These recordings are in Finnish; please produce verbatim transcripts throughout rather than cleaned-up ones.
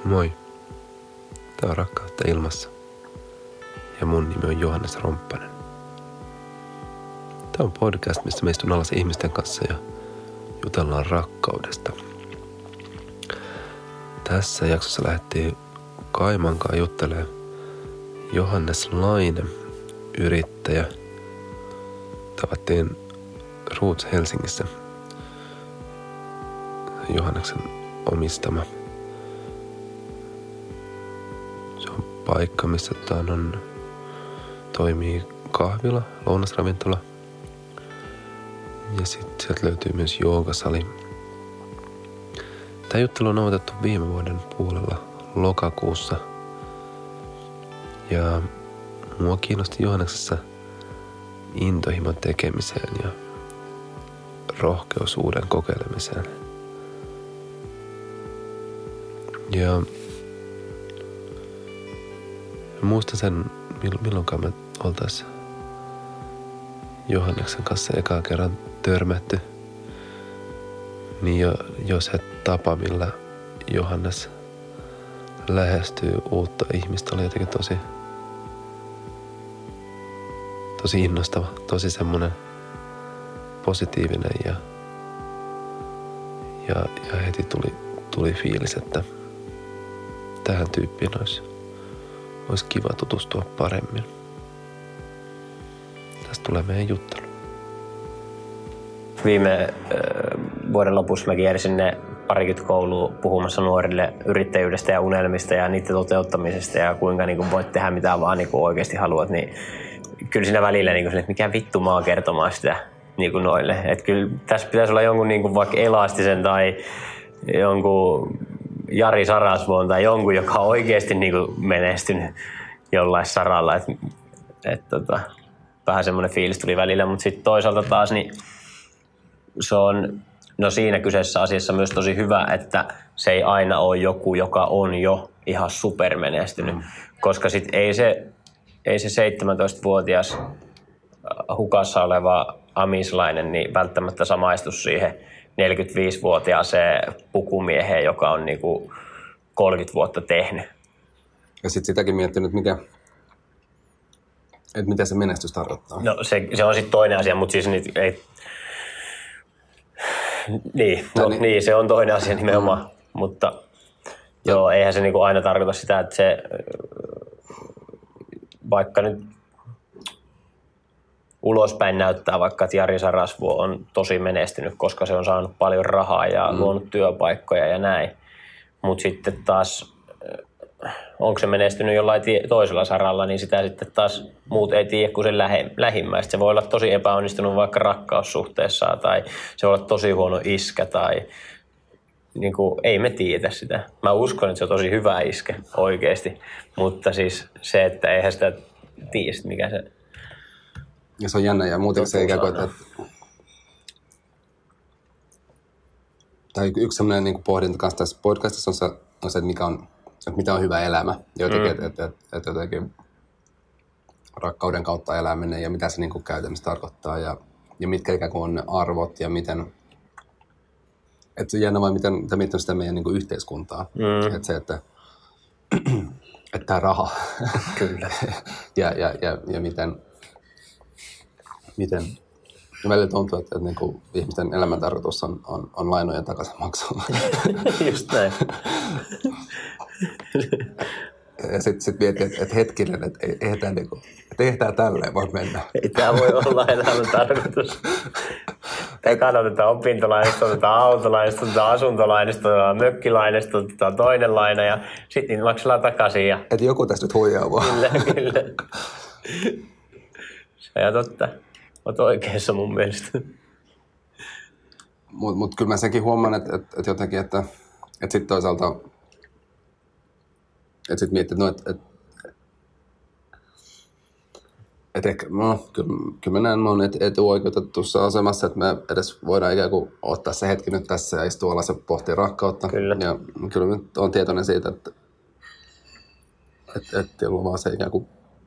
Moi. Tää on Rakkautta ilmassa. Ja mun nimi on Johannes Romppanen. Tää on podcast, missä me istun alas ihmisten kanssa ja jutellaan rakkaudesta. Tässä jaksossa lähdettiin Kaimankaan juttelemaan Johannes Laine, yrittäjä. Tavattiin Roots Helsingissä. Johanneksen omistama. Se on paikka, missä on, toimii kahvila, lounasravintola. Ja sitten sieltä löytyy myös joogasali. Tämä juttelu on aloitettu viime vuoden puolella lokakuussa. Ja mua kiinnosti Johanneksessa intohimon tekemiseen ja rohkeus uuden kokeilemiseen. Ja muistan sen, milloinkaan me oltais Johanneksen kanssa ekaa kerran törmätty. Niin jo, jo se tapa, millä Johannes lähestyy uutta ihmistä, oli jotenkin tosi, tosi innostava, tosi semmoinen positiivinen ja, ja, ja heti tuli, tuli fiilis, että tähän tyyppiin olisi, olisi kiva tutustua paremmin. Tästä tulee meidän juttelu. Viime äh, vuoden lopussa mä kiersin sinne parikymmentä koulua puhumassa nuorille yrittäjyydestä ja unelmista ja niiden toteuttamisesta ja kuinka niin kuin voit tehdä mitä vaan niin kuin oikeasti haluat. Niin kyllä siinä välillä niin kuin, että mikä vittu mä oon kertomaan sitä niin kuin noille. Että kyllä tässä pitäisi olla jonkun niin kuin vaikka Elastisen tai jonkun Jari Sarasvuon tai jonkun, joka on oikeasti niin kuin menestynyt jollain saralla. Et, et, tota, vähän semmoinen fiilis tuli välillä, mutta sitten toisaalta taas niin se on no siinä kyseessä asiassa myös tosi hyvä, että se ei aina ole joku, joka on jo ihan supermenestynyt. Mm. Koska sit ei se, ei se seitsemäntoistavuotias hukassa oleva amislainen niin välttämättä samaistu siihen neljäkymmentäviisivuotiaaseen pukumieheen, joka on niinku kolmekymmentä vuotta tehnyt. Ja sitten sitäkin miettinyt, mikä, että mitä se menestys tarkoittaa. No se, se on sitten toinen asia, mutta siis nyt ei... Niin, no, niin. niin, se on toinen asia nimenomaan, mm. mutta joo, eihän se niinku aina tarkoita sitä, että se vaikka nyt ulospäin näyttää vaikka, että Jari Sarasvuo on tosi menestynyt, koska se on saanut paljon rahaa ja mm. luonut työpaikkoja ja näin, mutta sitten taas onko se menestynyt jollain toisella saralla, niin sitä sitten taas muut ei tiedä kuin sen lähimmäistä. Se voi olla tosi epäonnistunut vaikka rakkaussuhteessa tai se voi olla tosi huono iskä tai niin kuin, ei me tiedä sitä. Mä uskon, että se on tosi hyvä iskä oikeasti, mutta siis se, että eihän sitä tiedä, mikä se... Ja se on jännä ja muuten se ikään kuin, että... Tai yksi sellainen niin pohdinta kanssa tässä podcastissa on se, on se että mikä on että mitä on hyvä elämä, jotenkin, mm. että et, et, et jotenkin rakkauden kautta eläminen ja mitä se niin kuin käytännössä tarkoittaa ja, ja mitkä ikään kuin on ne arvot ja miten, että se on jännä vaan miten, miten miettinyt sitä meidän niin kuin yhteiskuntaa, mm. että se, että että tämä raha Kyllä. ja, ja, ja, ja miten, miten ja välillä tuntuu, että, että niin kuin ihmisten elämäntarkoitus on, on, on lainojen takaisinmaksu. Just näin. Ja sitten sit miettii, että et hetkinen, että ei, ei tämä niinku, et tälleen voi mennä. Ei tämä voi olla elämän tarkoitus. Ei kannateta opintolainasta, otetaan autolainasta, otetaan asuntolainasta, otetaan mökkilainasta, otetaan toinen laina ja sitten niin maksellaan takaisin. Ja... Että joku tästä nyt huijaa vaan. Kyllä, kyllä. Se on totta. Olet oikeassa mun mielestä. Mutta mut kyllä mä senkin huomaan, että et, et jotenkin, että et sitten toisaalta että sitten miettii, että no, et, et, et ehkä, no, kyllä, kyllä mä näen, mä oon etuoikeutetussa asemassa, että me edes voidaan ikään kuin ottaa se hetki nyt tässä ja istua alas ja pohtia rakkautta. Kyllä. Ja kyllä mä oon tietoinen siitä, että et, et, on vaan se ikään kuin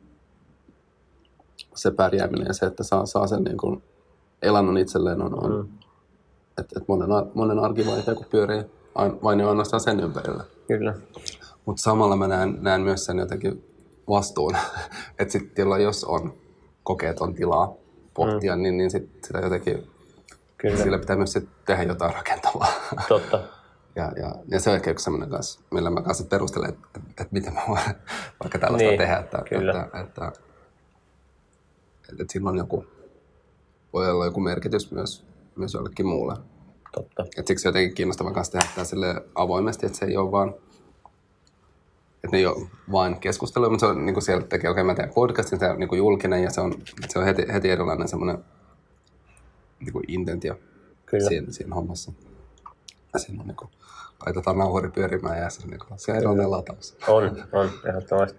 se pärjääminen ja se, että saa, saa sen niin kuin elannon itselleen on, on mm. että et monen, monen arki vaan ikään kuin pyörii vain ja ainoastaan sen ympärillä. Kyllä. Mutta samalla mä näen, näen myös sen jotenkin vastuun, että sitten jos on kokeeton tilaa pohtia, mm. niin, niin sit sitä jotenkin, Kyllä. sillä pitää myös sit tehdä jotain rakentavaa. Totta. Ja, ja, ja se on ehkä yksi sellainen kanssa, millä mä kanssa perustelen, että, että, että miten mä voin vaikka tällaista niin, tehdä, että, että, että, että, että sillä on joku, voi olla joku merkitys myös, myös jollekin muulle. Totta. Et siksi jotenkin kiinnostavaa kanssa tehdä tämä sille avoimesti, että se ei ole vaan, että ne ei ole vain keskustelua, mutta se on niin kuin siellä tekee, okei okay, mä teen podcastin, se on niin kuin julkinen ja se on, se on heti, heti erilainen semmoinen niin kuin intentio siinä, siinä hommassa. Ja siinä on niin kuin, laitetaan nauhuri pyörimään ja se on, niin kuin, se on erilainen lataus. On, on, ehdottomasti.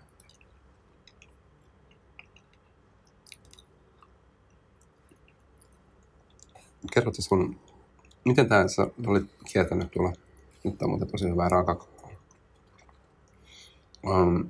Kerrotko sun, miten tää sä olit kiertänyt tuolla, nyt on muuten tosi hyvää raakakakkoa. Um,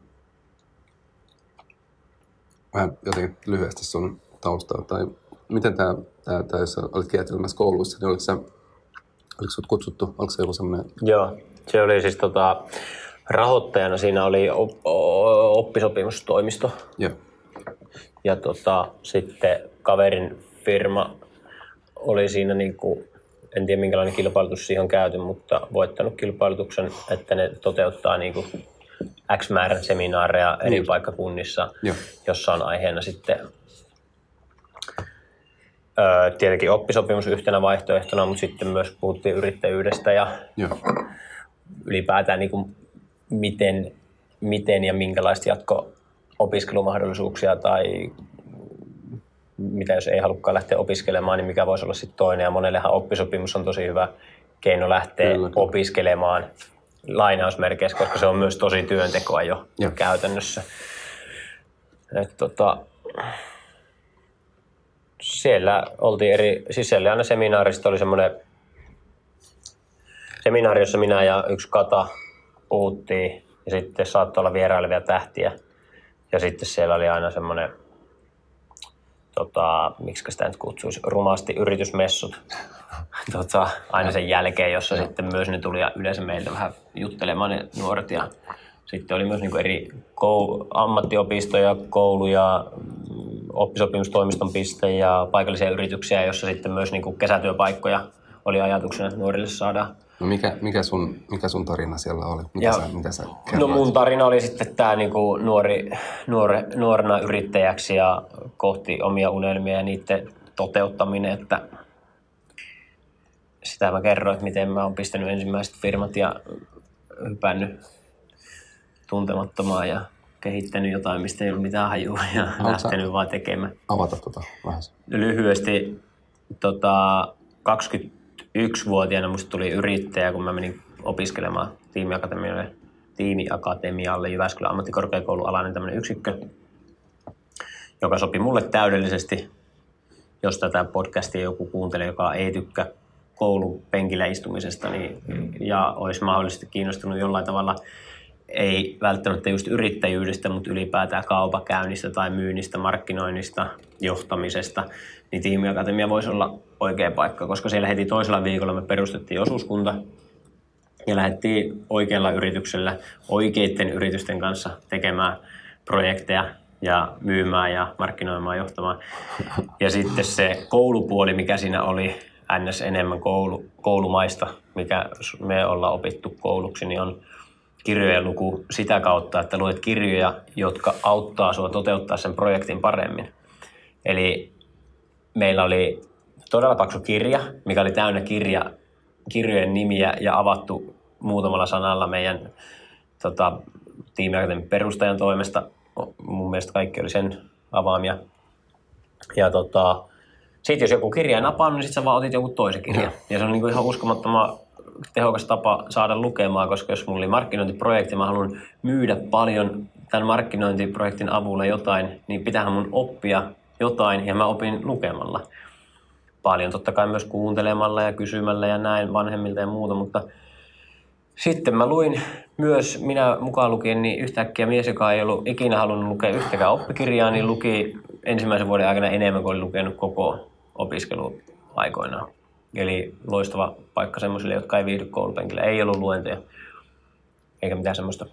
vähän jotenkin lyhyesti sun taustaa, tai miten tää, tää, tää jos sä olit kiertelemässä koulussa, niin oliko sä, oliko sut kutsuttu, oliko se joku semmoinen? Joo, se oli siis tota, rahoittajana siinä oli op, oppisopimustoimisto. Joo. Ja tota, sitten kaverin firma oli siinä niinku, en tiedä minkälainen kilpailutus siihen on käyty, mutta voittanut kilpailutuksen, että ne toteuttaa niinku X määrän seminaareja eri niin. paikkakunnissa, Joo. jossa on aiheena sitten öö, tietenkin oppisopimus yhtenä vaihtoehtona, mutta sitten myös puhuttiin yrittäjyydestä ja Joo. ylipäätään niinku miten, miten ja minkälaista jatko-opiskelumahdollisuuksia tai mitä jos ei halukkaan lähteä opiskelemaan, niin mikä voisi olla sitten toinen. Ja monellehan oppisopimus on tosi hyvä keino lähteä kyllä, kyllä. opiskelemaan lainausmerkeissä, koska se on myös tosi työntekoa jo ja. käytännössä. Et tota, siellä oltiin eri, siis siellä aina seminaarista oli semmoinen seminaari, jossa minä ja yksi kata puhuttiin ja sitten saattoi olla vierailevia tähtiä. Ja sitten siellä oli aina semmoinen Tota, miksi sitä nyt kutsuisi, rumasti yritysmessut tota, aina sen jälkeen, jossa ja. sitten myös ne tuli yleensä meiltä vähän juttelemaan ne nuoret. Ja sitten oli myös niin kuin eri koulu, ammattiopistoja, kouluja, oppisopimustoimiston piste ja paikallisia yrityksiä, jossa sitten myös niin kuin kesätyöpaikkoja oli ajatuksena, että nuorille saadaan. No mikä, mikä, sun, mikä sun tarina siellä oli? Mitä, ja, sä, mitä sä no mun tarina oli sitten tämä niinku nuori, nuore, nuorena yrittäjäksi ja kohti omia unelmia ja niiden toteuttaminen. Että sitä mä kerroin, että miten mä oon pistänyt ensimmäiset firmat ja hypännyt tuntemattomaan ja kehittänyt jotain, mistä ei ollut mitään hajua ja Haluatko lähtenyt vaan tekemään. Avata tota vähän? Lyhyesti tota, kaksikymmentäyksivuotiaana musta tuli yrittäjä, kun mä menin opiskelemaan tiimiakatemialle, tiimiakatemialle Jyväskylän ammattikorkeakoulun alainen tämmöinen yksikkö, joka sopi mulle täydellisesti, jos tätä podcastia joku kuuntelee, joka ei tykkää koulun penkillä istumisesta niin, ja olisi mahdollisesti kiinnostunut jollain tavalla, ei välttämättä just yrittäjyydestä, mutta ylipäätään kaupakäynnistä tai myynnistä, markkinoinnista, johtamisesta, niin tiimiakatemia voisi olla oikea paikka, koska siellä heti toisella viikolla me perustettiin osuuskunta ja lähdettiin oikealla yrityksellä, oikeiden yritysten kanssa tekemään projekteja ja myymään ja markkinoimaan, johtamaan. Ja sitten se koulupuoli, mikä siinä oli ns. Enemmän koulu, koulumaista, mikä me ollaan opittu kouluksi, niin on kirjojen luku sitä kautta, että luet kirjoja, jotka auttaa sinua toteuttaa sen projektin paremmin. Eli meillä oli todella paksu kirja, mikä oli täynnä kirja, kirjojen nimiä ja avattu muutamalla sanalla meidän tota, tiimiakatemian perustajan toimesta. Mun mielestä kaikki oli sen avaamia. Ja tota, sitten jos joku kirja ei napannut, niin sitten sä vaan otit jonkun toisen kirjan. Ja se on niinku ihan uskomattoman tehokas tapa saada lukemaan, koska jos mulla oli markkinointiprojekti, mä haluan myydä paljon tämän markkinointiprojektin avulla jotain, niin pitäähän mun oppia jotain, ja mä opin lukemalla paljon. Totta kai myös kuuntelemalla ja kysymällä ja näin vanhemmilta ja muuta, mutta sitten mä luin myös, minä mukaan lukien, niin yhtäkkiä mies, joka ei ollut ikinä halunnut lukea yhtäkään oppikirjaa, niin luki ensimmäisen vuoden aikana enemmän kuin oli lukenut koko opiskeluaikoinaan. Eli loistava paikka semmoisille, jotka ei viihdy koulupenkillä. Ei ollut luentoja. eikä mitään semmoista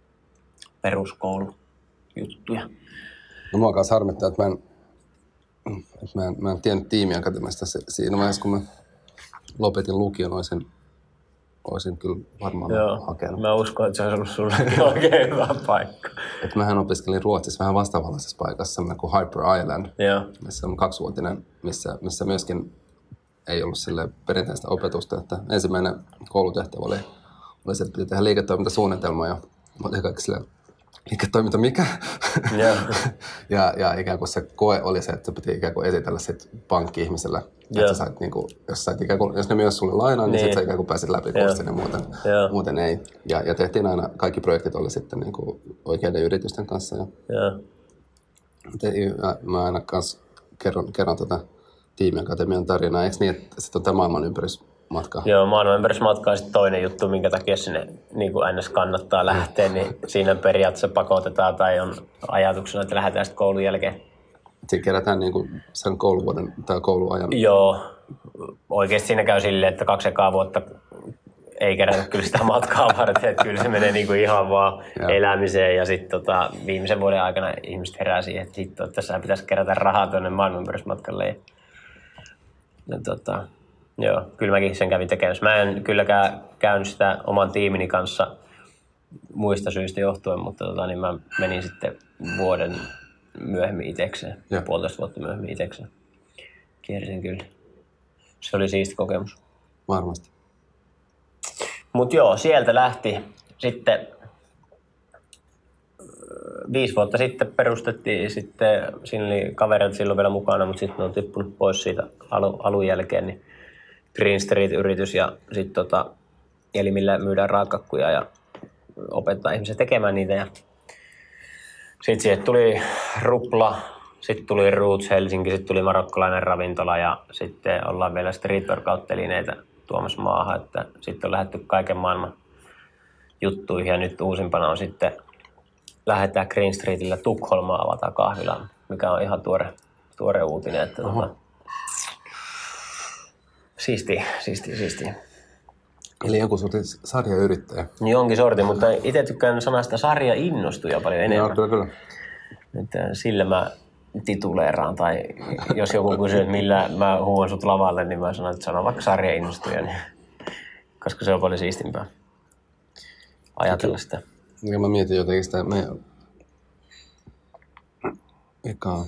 peruskoulujuttuja. No mua kanssa harmittaa, että mä en, että mä en, mä en tiennyt tiimiakatemiasta siinä vaiheessa, kun mä lopetin lukion, olisin, olisin kyllä varmaan Joo, hakenut. Mä uskon, että se olisi ollut sullekin oikein hyvä paikka. Että mähän opiskelin Ruotsissa vähän vastaavanlaisessa paikassa, semmoinen kuin Hyper Island, Joo. missä on kaksivuotinen, missä, missä myöskin ei ollut sille perinteistä opetusta. Että ensimmäinen koulutehtävä oli, oli se, että piti tehdä liiketoimintasuunnitelma ja mä olin kaikki silleen, liiketoiminta mikä? Yeah. ja, ja ikään kuin se koe oli se, että piti ikään kuin esitellä sit pankki-ihmiselle. Yeah. Että sä sait, niin kuin, jos, sait ikään kuin, jos ne myös sulle lainaa, niin, niin sit sä ikään kuin pääsit läpi kurssin yeah. ja muuten, yeah. muuten ei. Ja, ja tehtiin aina, kaikki projektit oli sitten niin kuin oikeiden yritysten kanssa. Ja yeah. te, mä aina kanssa kerron, kerron tätä tiimiakatemian tarinaa. Eikö niin, että sitten on tämä maailmanympärysmatka? Joo, maailmanympärysmatka on sitten toinen juttu, minkä takia sinne niin kuin ns. Kannattaa lähteä, niin siinä periaatteessa pakotetaan tai on ajatuksena, että lähdetään sitten koulun jälkeen. Siinä kerätään niin kuin sen kouluvuoden tai kouluajan. Joo, oikeasti siinä käy silleen, että kaksi ekaa vuotta ei kerätä kyllä sitä matkaa varten, että kyllä se menee niin kuin ihan vaan ja. elämiseen ja sitten tota, viimeisen vuoden aikana ihmiset herää siihen, että hitto, että tässä pitäisi kerätä rahaa tuonne maailmanympärysmatkalle. Ja, ja tota, joo, kyllä mäkin sen kävin tekemässä. Mä en kylläkään käynyt sitä oman tiimini kanssa muista syistä johtuen, mutta tota, niin mä menin sitten vuoden myöhemmin itekseen, ja. puolitoista vuotta myöhemmin itekseen. Kiersin kyllä. Se oli siisti kokemus. Varmasti. Mutta joo, sieltä lähti sitten viisi vuotta sitten perustettiin, sitten siinä oli kavereita silloin vielä mukana, mutta sitten ne on tippunut pois siitä alu, alun jälkeen, niin Green Street-yritys ja sitten tota, eli millä myydään raakakkuja ja opettaa ihmisiä tekemään niitä. Ja sitten siihen tuli Rupla, sitten tuli Roots Helsinki, sitten tuli marokkolainen ravintola ja sitten ollaan vielä street workout-telineitä tuomassa maahan, että sitten on lähdetty kaiken maailman juttuihin ja nyt uusimpana on sitten lähdetään Green Streetillä Tukholmaan avataan kahvilaan, mikä on ihan tuore, tuore uutinen, että tota, siistiä, siistiä, siistiä. Eli joku sortin sarjayrittäjä. Niin onkin sorti, mutta itse tykkään sanasta sarjainnostuja paljon enemmän. Joo, kyllä, kyllä. Että sillä mä tituleeraan, tai jos joku kysyy, että millä mä huuan sut lavalle, niin mä sanon, että sanon vaikka sarjainnostuja, niin, koska se on paljon siistimpää ajatella sitä. Ja mä mietin jotenkin sitä meidän ekaa,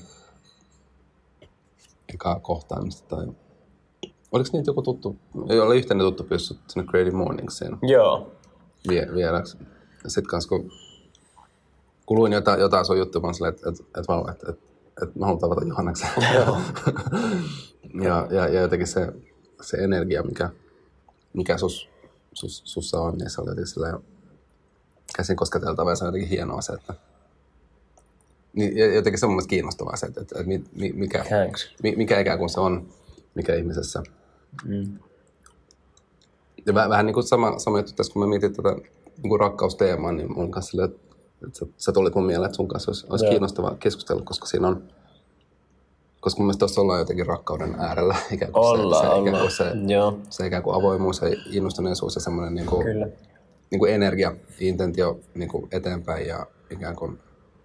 ekaa kohtaamista. Tai oliko niitä joku tuttu, ei ole yhteinen tuttu pystyt sinne Creative Morningsiin? Joo. Vie, vieraksi. Ja sit kans kun, kun luin jotain, jotain sun juttua, mä silleen, että et, et, et, et, et mä haluan tavata Johanneksen. Joo. ja, ja, ja jotenkin se, se energia, mikä, mikä sus, sus, sussa on, niin se oli jotenkin silleen käsin kosketeltava ja se on jotenkin hienoa se, että niin, jotenkin se on mun mielestä kiinnostavaa se, että, että, että mikä, mikä ikään kuin se on, mikä ihmisessä. Mm. Ja vähän, vähän niin kuin sama, sama juttu tässä, kun mä mietin tätä niin kuin rakkausteemaa, niin mun kanssa silleen, että, että sä, sä tulit mun mieleen, että sun kanssa olisi, olisi kiinnostavaa keskustella, koska siinä on, koska mun mielestä tuossa ollaan jotenkin rakkauden äärellä. Ikään kuin olla, se, se, olla. ikään kuin se, se ikään kuin avoimuus ja innostuneisuus ja semmoinen niin kuin, niin kuin energia, intentio niin kuin eteenpäin ja ikään kuin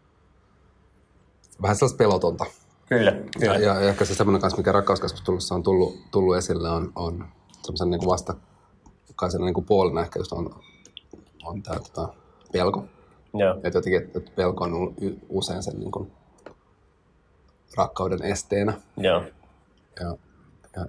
vähän sellaista pelotonta. Kyllä, kyllä. Ja, ja ehkä se semmoinen kanssa, mikä rakkauskeskustelussa on tullut, tullut esille, on, on semmoisen niin kuin vastakkaisena niin kuin puolena ehkä just on, on tämä tota, pelko. Joo. Että jotenkin, että pelko on usein sen niin kuin rakkauden esteenä. Joo. Ja, ja,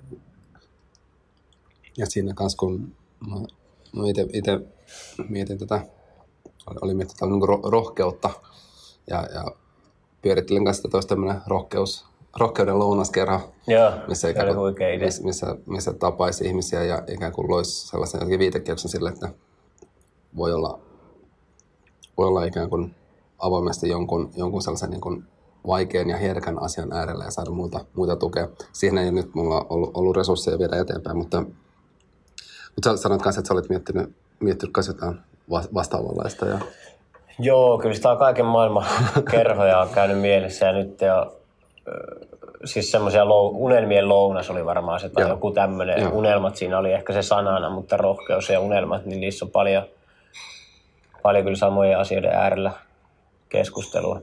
ja siinä kanssa, kun mä, mä ite, ite mietin tätä, oli miettinyt niin kuin rohkeutta ja, ja pyörittelin kanssa toista tämmöinen rohkeus, rohkeuden lounaskerho, Joo, missä, missä, missä, missä tapaisi ihmisiä ja ikään kuin loisi sellaisen jotenkin viitekeyksen sille, että voi olla, voi olla ikään kuin avoimesti jonkun, jonkun sellaisen niin kuin vaikean ja herkän asian äärellä ja saada muuta, muuta tukea. Siihen ei nyt mulla ollut, ollut resursseja viedä eteenpäin, mutta, mutta sä sanoit kanssa, että sä olet miettinyt, miettinyt kanssa jotain vastaavanlaista. Ja joo, kyllä sitä on kaiken maailman kerhoja on käynyt mielessä ja nyt jo, siis semmoisia lou, unelmien lounas oli varmaan se tai ja. joku tämmöinen. Ja. Unelmat siinä oli ehkä se sanana, mutta rohkeus ja unelmat, niin niissä on paljon, paljon kyllä samojen asioiden äärellä keskustelua.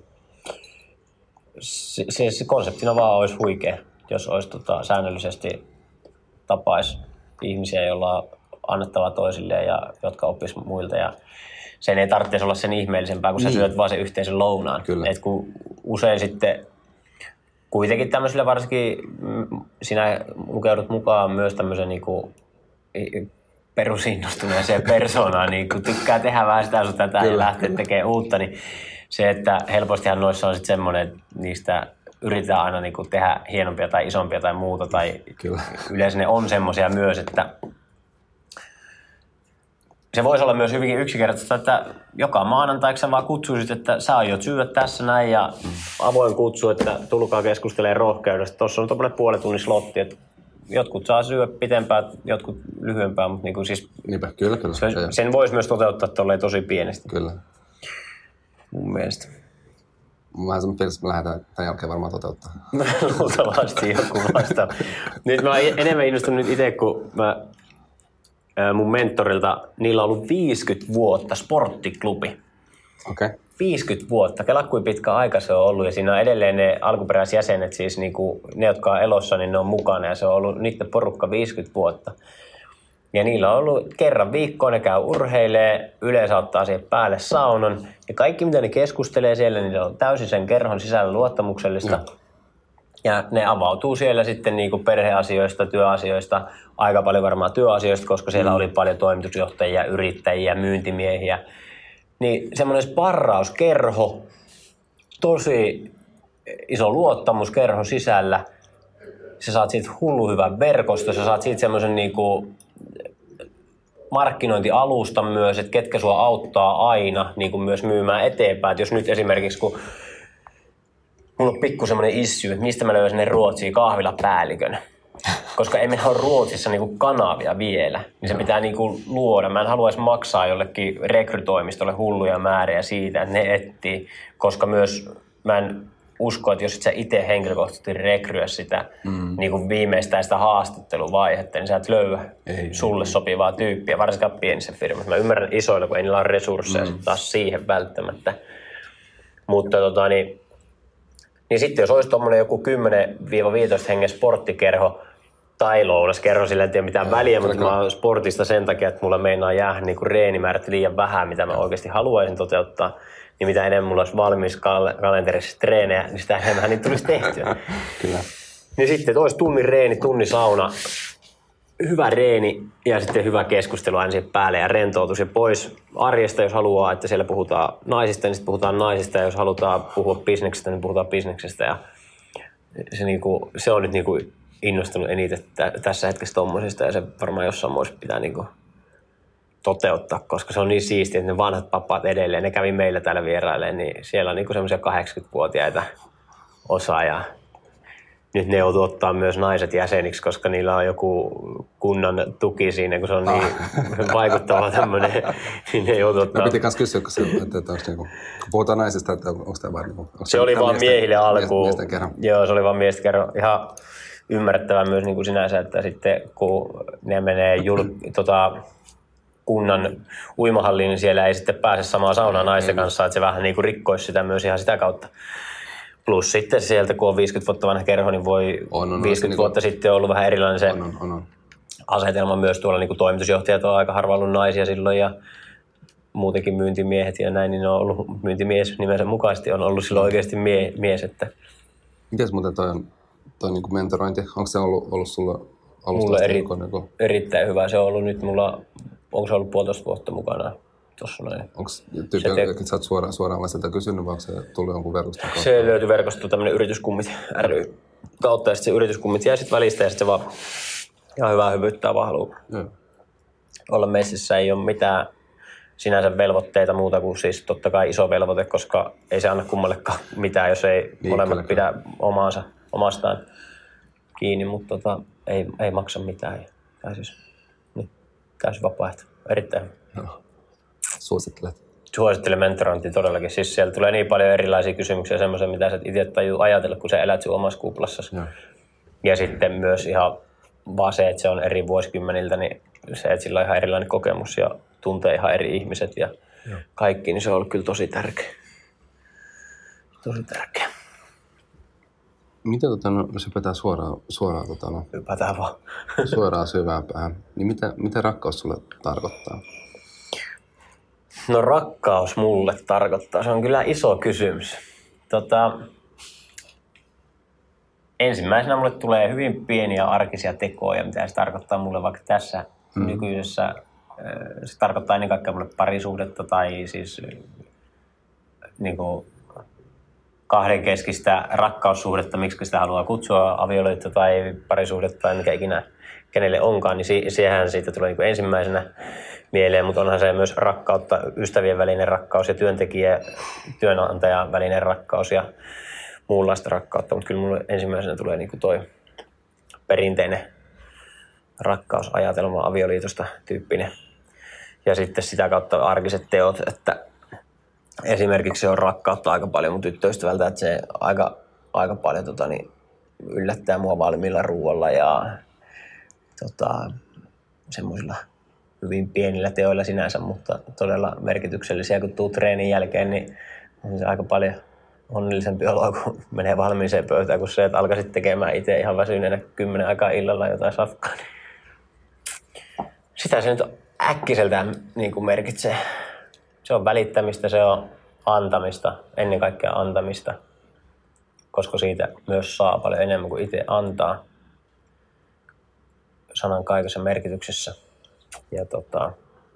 Se, se, se konseptina vaan olisi huikea, jos olisi tota, säännöllisesti tapaisi ihmisiä, joilla on annettavaa toisilleen ja jotka oppisi muilta. Ja sen ei tarvitse olla sen ihmeellisempää, kun niin. Sä syöt vaan sen yhteisen lounaan. Et kun usein sitten kuitenkin tämmöisillä varsinkin sinä lukeudut mukaan myös tämmöisen niinku perusinnostuneeseen persoonaan, niin kun tykkää tehdä vähän sitä sun tätä ja lähteä tekemään uutta, niin se, että helpostihan noissa on sitten semmoinen, että niistä yritetään aina niinku tehdä hienompia tai isompia tai muuta, tai kyllä. Yleensä ne on semmoisia myös, että se voisi olla myös hyvinkin yksinkertaista, että joka maanantaiksi sä vaan kutsuisit, että sä aiot syödä tässä näin ja avoin kutsu, että tulkaa keskustelemaan rohkeudesta. Tuossa on tuommoinen puolen tunnin slotti, että jotkut saa syödä pitempään, jotkut lyhyempään, mutta niin kuin siis niinpä, kyllä, kyllä. Sen, sen voisi myös toteuttaa tolleen tosi pienesti. Kyllä. Mun mielestä. Vähän semmoinen fiilis, että me lähdetään tämän jälkeen varmaan toteuttaa. Luultavasti joku vasta. Nyt mä oon enemmän innostunut nyt itse, kun mä mun mentorilta, niillä on ollut viisikymmentä vuotta sporttiklubi. Okei. Okay. viisikymmentä vuotta. Kela kuin pitkä aika se on ollut ja siinä on edelleen ne alkuperäisjäsenet, siis niinku, ne jotka on elossa, niin ne on mukana ja se on ollut niiden porukka viisikymmentä vuotta. Ja niillä on ollut kerran viikkoon, ne käy urheilee, yleensä ottaa siihen päälle saunan ja kaikki mitä ne keskustelee siellä, niin ne on täysin sen kerhon sisällä luottamuksellista. Mm. Ja ne avautuu siellä sitten niin kuin perheasioista, työasioista, aika paljon varmaan työasioista, koska siellä mm. oli paljon toimitusjohtajia, yrittäjiä, myyntimiehiä. Niin semmoinen sparrauskerho, tosi iso luottamus kerhon sisällä. Sä saat siitä hullu hyvän verkosto, sä saat siitä semmoisen niin kuin markkinointialustan myös, että ketkä sua auttaa aina niin kuin myös myymään eteenpäin. Et jos nyt esimerkiksi kun mulla on pikku semmoinen issue, että mistä mä löysin ne Ruotsia kahvilapäällikön. Koska ei meillä ole Ruotsissa niinku kanavia vielä, niin se pitää niinku luoda. Mä en haluaisi maksaa jollekin rekrytoimistolle hulluja määriä siitä, että ne etsii. Koska myös mä en usko, että jos et sä itse henkilökohtaisesti rekryä sitä mm. niinku viimeistään sitä haastatteluvaihetta, niin sä et löyä ei, sulle ei, sopivaa tyyppiä, varsinkaan pienissä firmassa. Mä ymmärrän isoilla, kun ei niillä ole resursseja mm. taas siihen välttämättä. Mutta tota niin... Niin sitten jos olisi tuommoinen joku kymmenen viisitoista hengen sporttikerho tai lounaskerho, sillä en tiedä mitään väliä, mutta mä oon sportista sen takia, että mulla meinaa jäädä niinku reenimäärät liian vähän, mitä mä oikeasti haluaisin toteuttaa. Niin mitä enemmän mulla olisi valmis kal- kalenterissa treenejä, niin sitä enemmän niitä tulisi tehtyä. Kyllä. Niin sitten olisi tunnin reeni, tunnin sauna, hyvä reeni ja sitten hyvä keskustelu aina siihen päälle ja rentoutus ja pois arjesta, jos haluaa, että siellä puhutaan naisista, niin sitten puhutaan naisista ja jos halutaan puhua bisneksestä, niin puhutaan bisneksestä ja se, niinku, se on nyt niinku innostunut eniten t- tässä hetkessä tommosista ja se varmaan jossain muissa pitää niinku toteuttaa, koska se on niin siistiä, että ne vanhat papat edelleen, ne kävi meillä täällä vierailemaan, niin siellä on niinku semmoisia kahdeksankymmentävuotiaita osaajia. Nyt ne joutuu ottaa myös naiset jäseniksi, koska niillä on joku kunnan tuki siinä, kun se on niin ah. vaikuttava tämmöinen, niin ne joutuu ottaa. Me piti myös kysyä, kun, se, että, että onko, niin kuin, kun puhutaan naisista, että onko tämä vain... Niin se oli vaan miesten, miehille alkuun. Miesten kerran. Joo, se oli vaan miesten kerran. Ihan ymmärrettävää myös niin kuin sinänsä, että sitten kun ne menee jul, tota, kunnan uimahalliin, niin siellä ei sitten pääse samaan saunaan naisten kanssa, että se vähän niin kuin rikkoisi sitä myös ihan sitä kautta. Plus sitten sieltä, kun on viisikymmentä vuotta vanha kerho, niin voi on, on, viisikymmentä vuotta niin kuin... sitten on ollut vähän erilainen se on, on, on. asetelma myös tuolla. Niin kuin toimitusjohtajat on aika harva ollut naisia silloin ja muutenkin myyntimiehet ja näin, niin on ollut myyntimies nimensä mukaisesti on ollut silloin oikeasti mie- mies. Että... Mites muuten toi, toi niin kuin mentorointi? Onko se ollut, ollut sulla alusta? Mulla eri, niin erittäin hyvä. Se on ollut nyt mulla, onko se ollut puolitoista vuotta mukana? Onko tyyppiä, te... että sä oot suoraan, suoraan vai sieltä kysynyt, vai onko se tullut jonkun verkoston kautta? Se löytyi verkosto tämmöinen Yrityskummit ry kautta, ja sitten se Yrityskummit jäi sitten välistä, ja sitten se vaan ihan hyvää hyvyyttää vaan haluaa yeah. olla messissä. Ei ole mitään sinänsä velvoitteita muuta kuin siis totta kai iso velvoite, koska ei se anna kummallekaan mitään, jos ei niin, molemmat pidä omaansa, omastaan kiinni, mutta tota, ei, ei maksa mitään. Tai siis niin, täysin vapaaehto. Erittäin hyvä. No. Suosittelet? Suosittelen mentorointia todellakin. Siis siellä tulee niin paljon erilaisia kysymyksiä, semmoisia, mitä sä itse tajuu ajatella, kun sä elät sun omassa kuplassasi. Ja. ja sitten myös ihan vaan se, että se on eri vuosikymmeniltä, niin se, että sillä on ihan erilainen kokemus ja tuntee ihan eri ihmiset. Ja Joo. kaikki, niin se on ollut kyllä tosi tärkeä. Tosi tärkeä. Mitä tota, no, jos hypätään suoraan, suoraan tota, no, hypätään vaan. suoraan syvään päähän, niin mitä, mitä rakkaus sulle tarkoittaa? No rakkaus mulle tarkoittaa, se on kyllä iso kysymys. Tota, ensimmäisenä mulle tulee hyvin pieniä arkisia tekoja, mitä se tarkoittaa mulle vaikka tässä mm. nykyisessä. Se tarkoittaa ennen kaikkea mulle parisuhdetta tai siis niin kuin kahdenkeskistä rakkaussuhdetta, miksi sitä haluaa kutsua, avioliitto tai parisuhdetta tai mikä ikinä kenelle onkaan, niin siihen siitä tulee niin kuin ensimmäisenä mieleen, mutta onhan se myös rakkautta, ystävien välinen rakkaus ja työntekijä, työnantajan välinen rakkaus ja muunlaista rakkautta, mutta kyllä mulle ensimmäisenä tulee niin kuin toi perinteinen rakkausajatelma avioliitosta tyyppinen. Ja sitten sitä kautta arkiset teot, että esimerkiksi se on rakkautta aika paljon mun tyttöystävältä, että se aika, aika paljon tota, niin yllättää mua valmiilla ruoalla ja tota, semmoisilla hyvin pienillä teoilla sinänsä, mutta todella merkityksellisiä. Kun tuu treenin jälkeen, niin on se aika paljon onnellisempi olo, kun menee valmiiseen pöytään, kuin se, että alkaisit tekemään itse ihan väsyneenä kymmenen aikaa illalla jotain safkaa. Sitä se nyt äkkiseltään niin kuin merkitsee. Se on välittämistä, se on antamista, ennen kaikkea antamista, koska siitä myös saa paljon enemmän kuin itse antaa sanan kaikessa merkityksessä. Ja tota,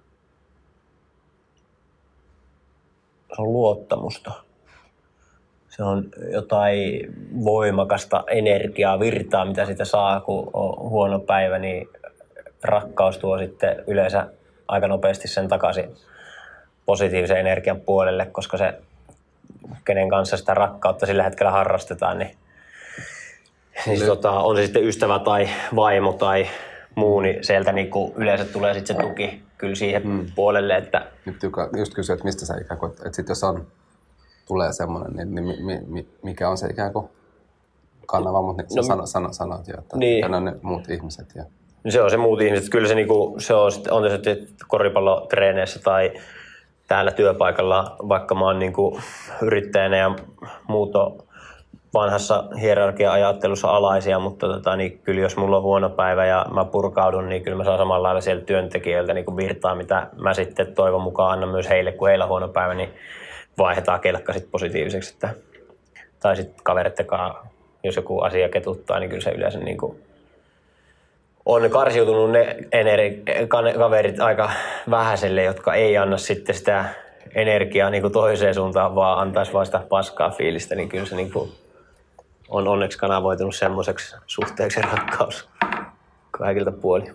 se on luottamusta. Se on jotain voimakasta energiaa, virtaa, mitä sitä saa, kun on huono päivä, niin rakkaus tuo sitten yleensä aika nopeasti sen takaisin positiivisen energian puolelle, koska se, kenen kanssa sitä rakkautta sillä hetkellä harrastetaan, niin siis tota, on se sitten ystävä tai vaimo tai muu, niin sieltä niinku yleensä tulee sitten se tuki kyllä siihen hmm. puolelle, että nyt just kysyä, että mistä sä ikään kuin, että sit jos on, tulee semmoinen, niin, niin mi, mi, mikä on se ikään kuin kanava, mutta niin, no, sano, sano, sanot jo, että niin. Ne on ne muut ihmiset. Ja se on se muut ihmiset, kyllä se, niinku, se on, on se sitten koripallotreeneissä tai täällä työpaikalla, vaikka mä oon niinku yrittäjänä ja muuto vanhassa hierarkia-ajattelussa alaisia, mutta tota, niin kyllä jos mulla on huono päivä ja mä purkaudun, niin kyllä mä saan samalla lailla sieltä työntekijöiltä niin virtaa, mitä mä sitten toivon mukaan annan myös heille, kun heillä on huono päivä, niin vaihdetaan kelkka sitten positiiviseksi. Että, tai sitten kaverittekaan, jos joku asia ketuttaa, niin kyllä se yleensä niin kuin on karsiutunut ne eneri, kaverit aika vähäiselle, jotka ei anna sitten sitä energiaa niin kuin toiseen suuntaan, vaan antaisi vaan sitä paskaa fiilistä, niin kyllä se niin kuin on onneksi kanavoitunut semmoiseksi suhteeksi rakkaus kaikilta puolin.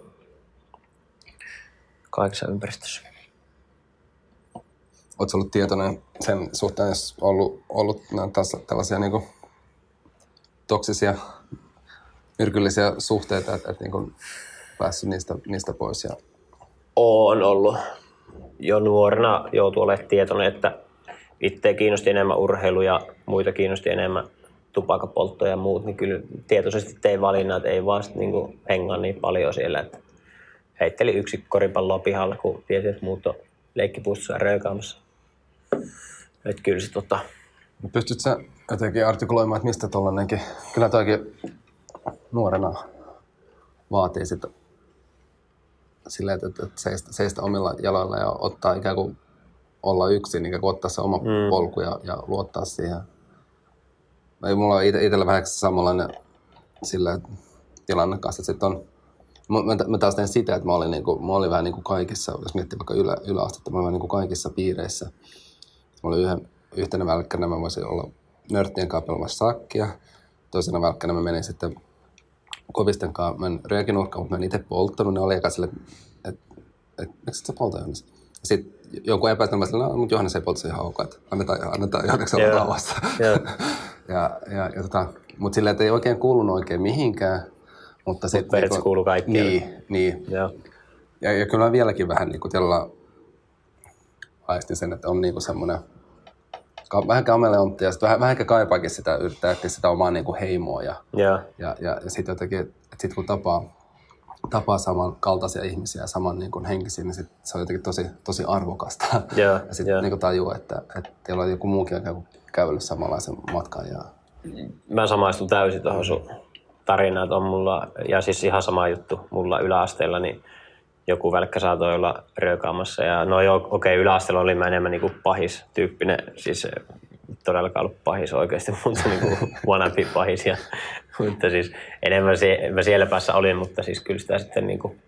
Kaikissa ympäristössä. Oletko ollut tietoinen sen suhteen, jos on ollut, ollut tällaisia niin kuin toksisia, myrkyllisiä suhteita, että, että niin kuin päässyt niistä, niistä pois? Ja on ollut. Jo nuorena joutui olemaan tietoinen, että itse kiinnosti enemmän urheilu ja muita kiinnosti enemmän tupakapoltto ja muut, niin kyllä tietoisesti tein valinnan, että ei vaan niin kuin hengaa niin paljon siellä, että heitteli yksi koripalloa pihalla, kun tiesi, että muut on leikkipuistossa röykaamassa. Että kyllä se tota pystytkö sä jotenkin artikuloimaan, että mistä tollanenkin, kyllä toikin nuorena vaatii sitä silleen, että, että seistä, seistä omilla jaloilla ja ottaa ikään kuin olla yksin, ikään kuin ottaa se oma mm. polku ja, ja luottaa siihen. Ei mulla on ite, itsellä vähän samanlainen sillä tilanne kanssa, että sit on, mä, mä taas tein sitä, että mä olin, niin kuin, mä olin vähän niin kuin kaikissa, jos miettii vaikka ylä, yläastetta, mä olin niin kuin kaikissa piireissä. Mä olin yhden, yhtenä välkkänä, mä voisin olla nörttien kanssa pelaamassa sakkia. Toisena välkkänä mä menin sitten kovisten kanssa, mä en röökinurkkaan, mutta mä en itse polttanut. Ne oli eka sille, että et, eikö sä polta Johannes? Sitten jonkun epäistä mä sanoin, no, mutta Johannes ei polta se ihan ok, että annetaan, annetaan Johanneksen olla rauhassa. ja, ja, ja tota, mutta silleen, että ei oikein kuulunut oikein mihinkään. Mutta sitten Mut periaatteessa kuuluu kaikkeen. Niin, niin. Ja, ja kyllä mä vieläkin vähän niin kuin tällä aistin sen, että on niin kuin semmoinen vähän kameleontti ja sitten vähän, vähän ehkä kaipaakin sitä, yrittää etsiä sitä omaa niin kuin heimoa. Ja, yeah. ja, ja, ja sitten jotenkin, että sitten kun tapaa tapaa samankaltaisia ihmisiä ja saman niin kuin henkisiä, niin sit se on jotenkin tosi, tosi arvokasta. Yeah, ja sitten yeah. niin tajua, että, että teillä on joku muukin on kävellyt samanlaisen matkan. Ja... Mä samaistun täysin tuohon sun tarinaan, että on mulla, ja siis ihan sama juttu, mulla yläasteella, niin joku välkkä saatoi olla röökaamassa. Ja no joo, okei, okay, yläasteella oli mä enemmän niin kuin pahis-tyyppinen, siis todellakaan ollut pahis oikeasti, mutta niin kuin wannabe pahis. Ja, mutta siis enemmän sie, mä siellä päässä olin, mutta siis kyllä sitä sitten niin kuin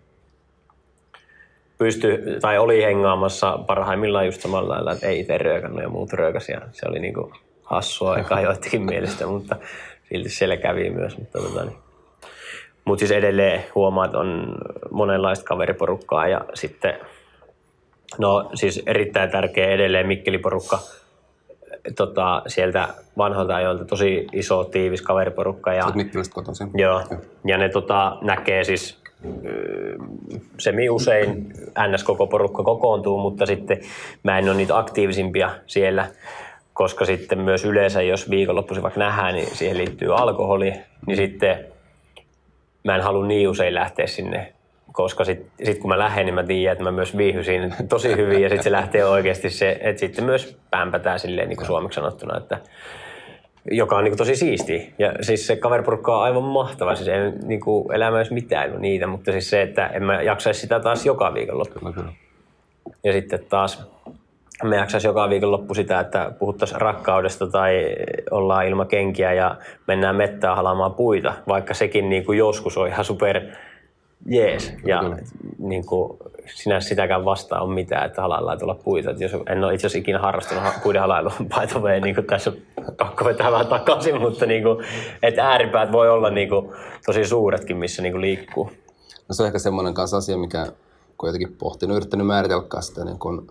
pystyi, tai oli hengaamassa parhaimmillaan just samalla lailla, että ei itse röökannut ja muut röökäsi. Ja se oli niin kuin hassua eka joitakin mielestä, mutta silti siellä kävi myös. Mutta tota, niin. Mut siis edelleen huomaa, että on monenlaista kaveriporukkaa ja sitten, no siis erittäin tärkeä edelleen Mikkeli-porukka tota, sieltä vanhoilta ajoilta, tosi iso, tiivis kaveriporukka. Ja, sä oot Mikkelistä kotoisin. Joo, ja ne tota, näkee siis semi usein N S koko porukka kokoontuu, mutta sitten mä en ole niitä aktiivisimpia siellä, koska sitten myös yleensä, jos viikonloppuisin vaikka nähdään, niin siihen liittyy alkoholi, niin sitten mä en halua niin usein lähteä sinne, koska sitten sit kun mä lähden, niin mä tiedän, että mä myös viihdyn siinä tosi hyvin ja sitten se lähtee oikeasti se, että sitten myös pämpätään silleen niin kuin suomeksi sanottuna, että joka on niin kuin tosi siistiä. Ja siis se kaveriporukka on aivan mahtava, siis ei niin kuin elämä edes mitään niitä, mutta siis se, että en mä jaksaisi sitä taas joka viikonloppu. Ja sitten taas me jaksaisi joka viikonloppu sitä, että puhuttaisiin rakkaudesta tai ollaan ilman kenkiä ja mennään mettään halaamaan puita, vaikka sekin niin kuin joskus on ihan super jees. Ja niin kuin sinä sitäkään vastaan on mitään, että halaillaan tuolla puita. Et jos en ole itse asiassa ikinä harrastanut puiden halailua, by the way, niin kuin tässä on pakko vetää vähän takaisin, mutta niin kuin, että ääripäät voi olla niin kuin tosi suuretkin, missä niin kuin liikkuu. No se on ehkä semmoinen kanssa asia, mikä kun jotenkin pohtinut, yrittänyt määritellä sitä niin kuin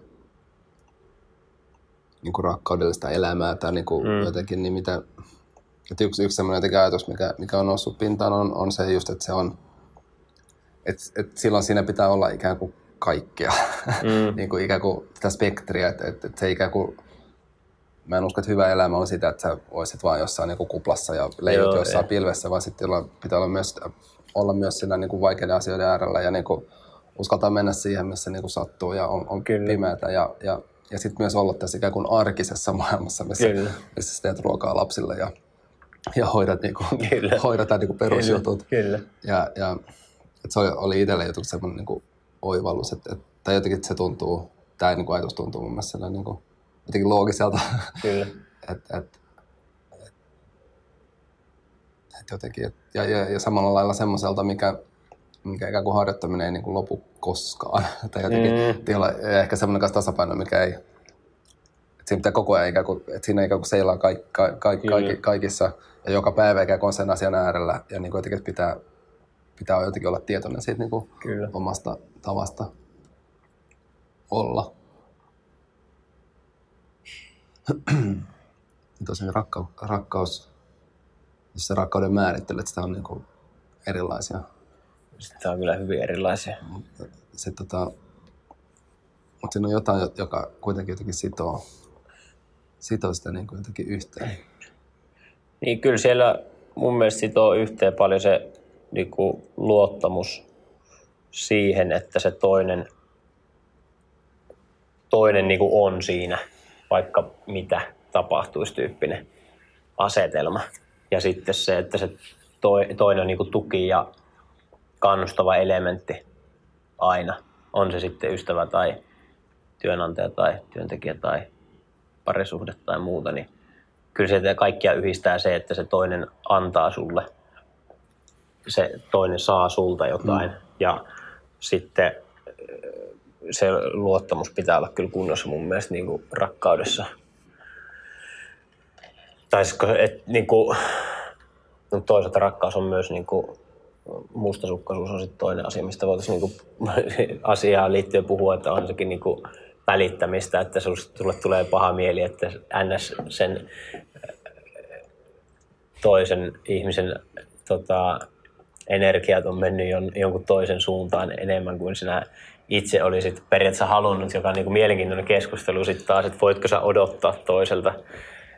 niin kuin rakkaudellista elämää tai niin kuin mm. jotenkin, niin mitä, että yksi, yksi sellainen jotenkin ajatus, mikä, mikä on noussut pintaan, on, on se just, että se on, että, että silloin siinä pitää olla ikään kuin kaikkea, mm. niin kuin ikään kuin sitä spektriä, että, että, että se ikään kuin, mä en usko, että hyvä elämä on sitä, että sä olisit vaan jossain niin kuin kuplassa ja leijut Joo, jossain ei. pilvessä, vaan sitten pitää olla myös, olla myös siinä niin kuin vaikeiden asioiden äärellä ja niin kuin uskaltaa mennä siihen, missä niin kuin sattuu ja on, on pimeätä ja, ja Ja sitten myös olla tässä ikään kuin arkisessa maailmassa, missä, missä teet ruokaa lapsille ja, ja hoidat, niinku, hoidataan niinku perusjutut. Kyllä. Ja, ja et se oli, oli itselle jotenkin semmoinen niinku oivallus, että et, tai jotenkin se tuntuu, tämä niinku ajatus tuntuu mun mielestä niinku, jotenkin loogiselta. Kyllä. et, et, et, et jotenkin, et, ja, ja, ja samalla lailla semmoiselta, mikä mikä ikään kuin harjoittaminen ei niin kuin lopu koskaan. tai jotenkin, mm. olla ehkä semmoinen kanssa tasapaino, mikä ei, että siinä pitää koko ajan ikään kuin, että siinä ikään kuin seilaa kaik, kaik, kaik, kaik, kaikissa ja joka päivä ikään kuin on sen asian äärellä ja niin kuin jotenkin pitää, pitää jotenkin olla tietoinen siitä niin kuin omasta tavasta olla. Tosiaan rakkaus, rakkaus, jos se rakkauden määrittelet, sitä on niin kuin erilaisia. Sitten on kyllä hyvin erilaisia. Se, tota, mutta siinä on jotain, joka kuitenkin jotenkin sitoo, sitoo sitä niin kuin jotenkin yhteen. Niin kyllä siellä mun mielestä sitoo yhteen paljon se niin kuin luottamus siihen, että se toinen, toinen niin kuin on siinä, vaikka mitä tapahtuisi tyyppinen asetelma. Ja sitten se, että se toinen on niin kuin tuki ja kannustava elementti aina. On se sitten ystävä tai työnantaja tai työntekijä tai parisuhde tai muuta, niin kyllä se kaikkia yhdistää se, että se toinen antaa sulle, se toinen saa sulta jotain mm. ja sitten se luottamus pitää olla kyllä kunnossa mun mielestä niin kuin rakkaudessa. Tai että niin kuin, no toisaalta rakkaus on myös niin kuin mustasukkaisuus on sitten toinen asia, mistä voitaisiin niinku asiaan liittyen puhua, että on sekin niinku välittämistä, että sulle tulee paha mieli, että ns. Sen toisen ihmisen tota, energiat on mennyt jon, jonkun toisen suuntaan enemmän kuin sinä itse olisit periaatteessa halunnut, joka on niinku mielenkiintoinen keskustelu sitten taas, että voitko sä odottaa toiselta.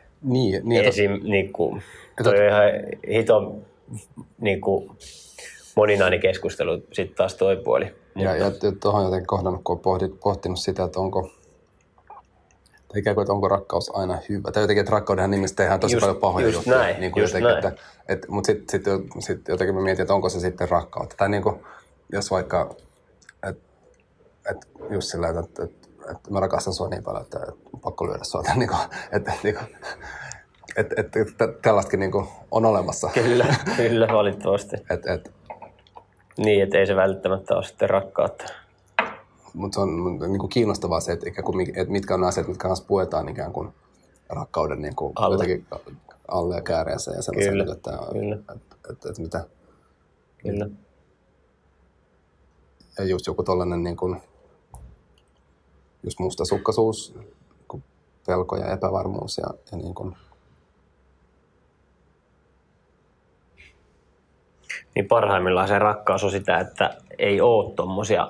Niin, niin Esim. Niinku, toi on ihan hito niinku moninainen keskustelu sitten taas toi puoli. Ja, ja tuohon jotenkin kohdannut, kun olen pohtinut sitä, että onko, tai ikään kuin, että onko rakkaus aina hyvä. Tai jotenkin, että rakkauden nimistä tehdään tosi just, paljon pahoja juttuja. Näin, niin kuin jotenkin, että, että, mutta sitten sit, sit jotenkin mä mietin, että onko se sitten rakkautta. Tai niin kuin, jos vaikka, että et just sillä, että, että, että, että mä rakastan sua niin paljon, että, että on pakko lyödä sua. Niin kuin, että, niin kuin, että, että, että tällaistakin niin kuin on olemassa. Kyllä, kyllä valitettavasti. et, et, niin, että ei se välttämättä ole sitten rakkautta. Mutta se on niin kuin kiinnostavaa se, että, että mitkä on asiat, mitkä kanssa puetaan ikään kuin rakkauden niin kuin alle. Jotenkin alle ja kääreensä ja sellaisen, kyllä, että, kyllä. Että, että, että, että mitä. Kyllä. Ja just joku tollainen niin kuin, just mustasukkaisuus, niin pelko ja epävarmuus ja, ja niin kuin. Niin parhaimmillaan se rakkaus on sitä, että ei ole tommosia.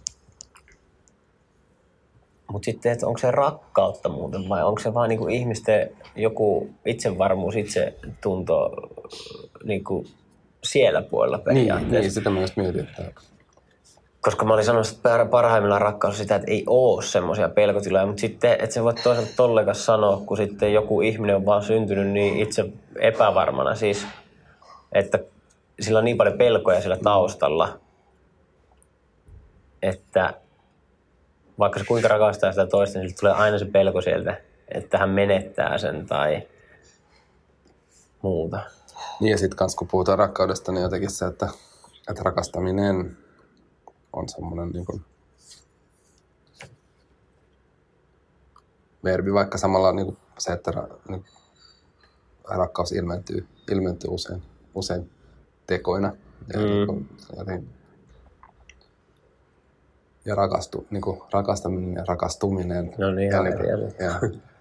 Mutta sitten, että onko se rakkautta muuten vai onko se vaan niinku ihmisten joku itsevarmuus, itsetunto niinku siellä puolella periaatteessa? Niin, niin sitä mä just mietin. Että... Koska mä olin sanonut, että parhaimmillaan rakkaus on sitä, että ei ole semmoisia pelkotiloja, mutta sitten, että se voit toisaalta tolleen sanoa, kun sitten joku ihminen on vaan syntynyt niin itse epävarmana siis, että sillä on niin paljon pelkoja sillä taustalla, että vaikka se kuinka rakastaa sitä toista, niin tulee aina se pelko sieltä, että hän menettää sen tai muuta. Niin ja sitten kun puhutaan rakkaudesta, niin jotenkin se, että, että rakastaminen on semmoinen niin kuin verbi, vaikka samalla niin kuin se, että ra, niin rakkaus ilmentyy, ilmentyy usein, usein tekoina. Ja, mm. niin kuin, joten, ja rakastu, niin kuin rakastaminen ja rakastuminen. No niin, ja, niin kuin, ja,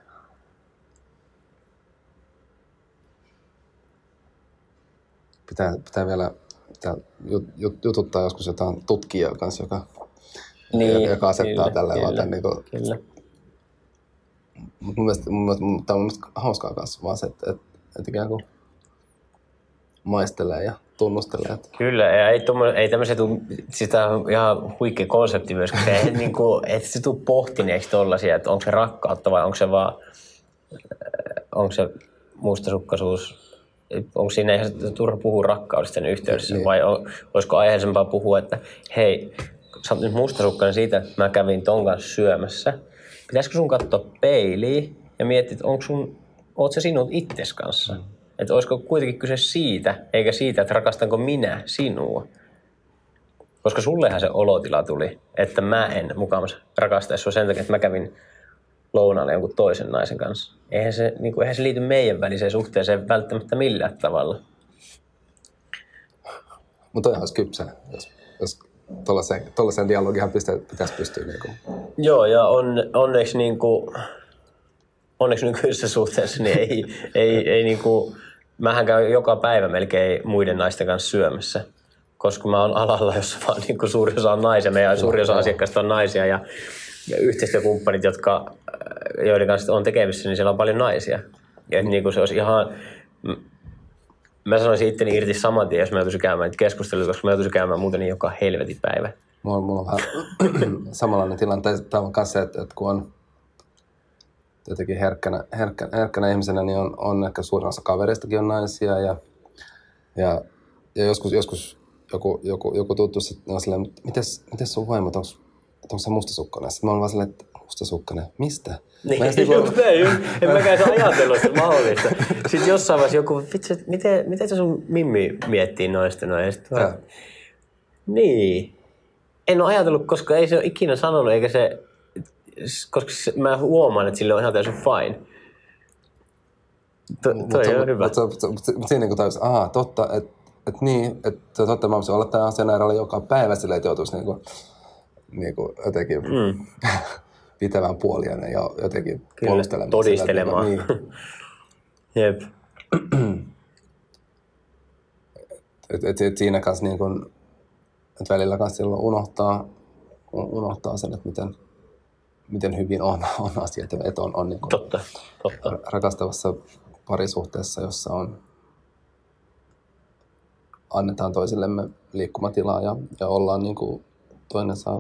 pitää, pitää vielä pitää jututtaa joskus jotain tutkijaa kanssa, joka, niin, joka asettaa kyllä, tällä kyllä, niin kuin, kyllä. Mun mielestä, mun mielestä, tämä on mun mielestä hauskaa kanssa vaan se, että, että, että ikään kuin maistelee ja tunnustelee. Että... Kyllä, ja ei, ei tämmöisiä tule, sitä on ihan huikea konsepti myös, koska ei, niin kuin, et se tule pohtineeksi tollaisia, että onko se rakkautta vai onko se vaan, onko se mustasukkaisuus, onko siinä ihan turha puhua rakkaudesta sen yhteydessä, niin. Vai on, olisiko aiheellisempaa puhua, että hei, sä oot nyt mustasukkainen siitä, että mä kävin ton kanssa syömässä. Pitäisikö sun katsoa peiliin ja miettiä, että onko sun, oot sä sinut itses kanssa? Mm. Että olisiko kuitenkin kyse siitä, eikä siitä, että rakastanko minä sinua. Koska sullehan se olotila tuli, että mä en mukamas rakastaisi sua sen takia, että mä kävin lounaalle jonkun toisen naisen kanssa. Eihän se, niin kuin, eihän se liity meidän väliseen suhteeseen välttämättä millään tavalla. Mutta on ihan kypsä, jos, jos tuollaiseen, tuollaiseen dialogihan pitäisi pystyä. Niin kuin. Joo, ja on, onneksi, niin kuin, onneksi nykyisessä suhteessa niin ei, ei, ei niin kuin, mähän käyn joka päivä melkein muiden naisten kanssa syömässä. Koska mä oon alalla, jossa vaan niin kuin suuri osa on naisia, meidän suuri osa asiakkaista on naisia ja, ja yhteistyökumppanit, jotka, joiden kanssa on tekemissä, niin siellä on paljon naisia. Ja niin kuin se olisi ihan, mä sanoisin itteni irti saman tien, jos mä joutuisin käymään niitä keskusteluja, koska mä joutuisin käymään muuten niin joka helvetin päivä. Mulla on, mulla on vähän samanlainen tilanne. Tämä on myös se, että, että kun on jotenkin herkkänä, herkkänä, herkkänä ihmisenä, niin on, on ehkä suurin osa kavereistakin on naisia. Ja, ja, ja joskus, joskus joku, joku, joku tuttu on silleen, mites, mites sun vaimo, onko, onko se mustasukkainen? Sitten mä oon vaan silleen, että mustasukkainen, mistä? Niin, just niin, näin, just. En mäkään se ajatellut, että mahdollista. Sitten jossain vaiheessa joku, vitsi, miten, miten se sun mimmi miettii noista noin? Vaan, niin. En ole ajatellut, koska ei se ole ikinä sanonut, eikä se, koska se, mä huomaan, että sille on ihan täysin fine. To, toi on hyvä. Mutta siinä niin täysin, aha, totta, että et niin, että totta, mä voisin olla tämän asian äärellä joka päivä silleen, että joutuisi niinku, niinku jotenkin mm. pitävän puoliainen ja jotenkin kyllä, puolustelemaan. todistelemaan. Sillä, niin. Jep. et, et, et siinä kanssa niin kun, et välillä kanssa silloin unohtaa, unohtaa sen, että miten, miten hyvin on, on asiat. Että on, on niin kun totta, totta. rakastavassa parisuhteessa, jossa on annetaan toisillemme liikkumatilaa ja, ja ollaan niin kuin toinen saa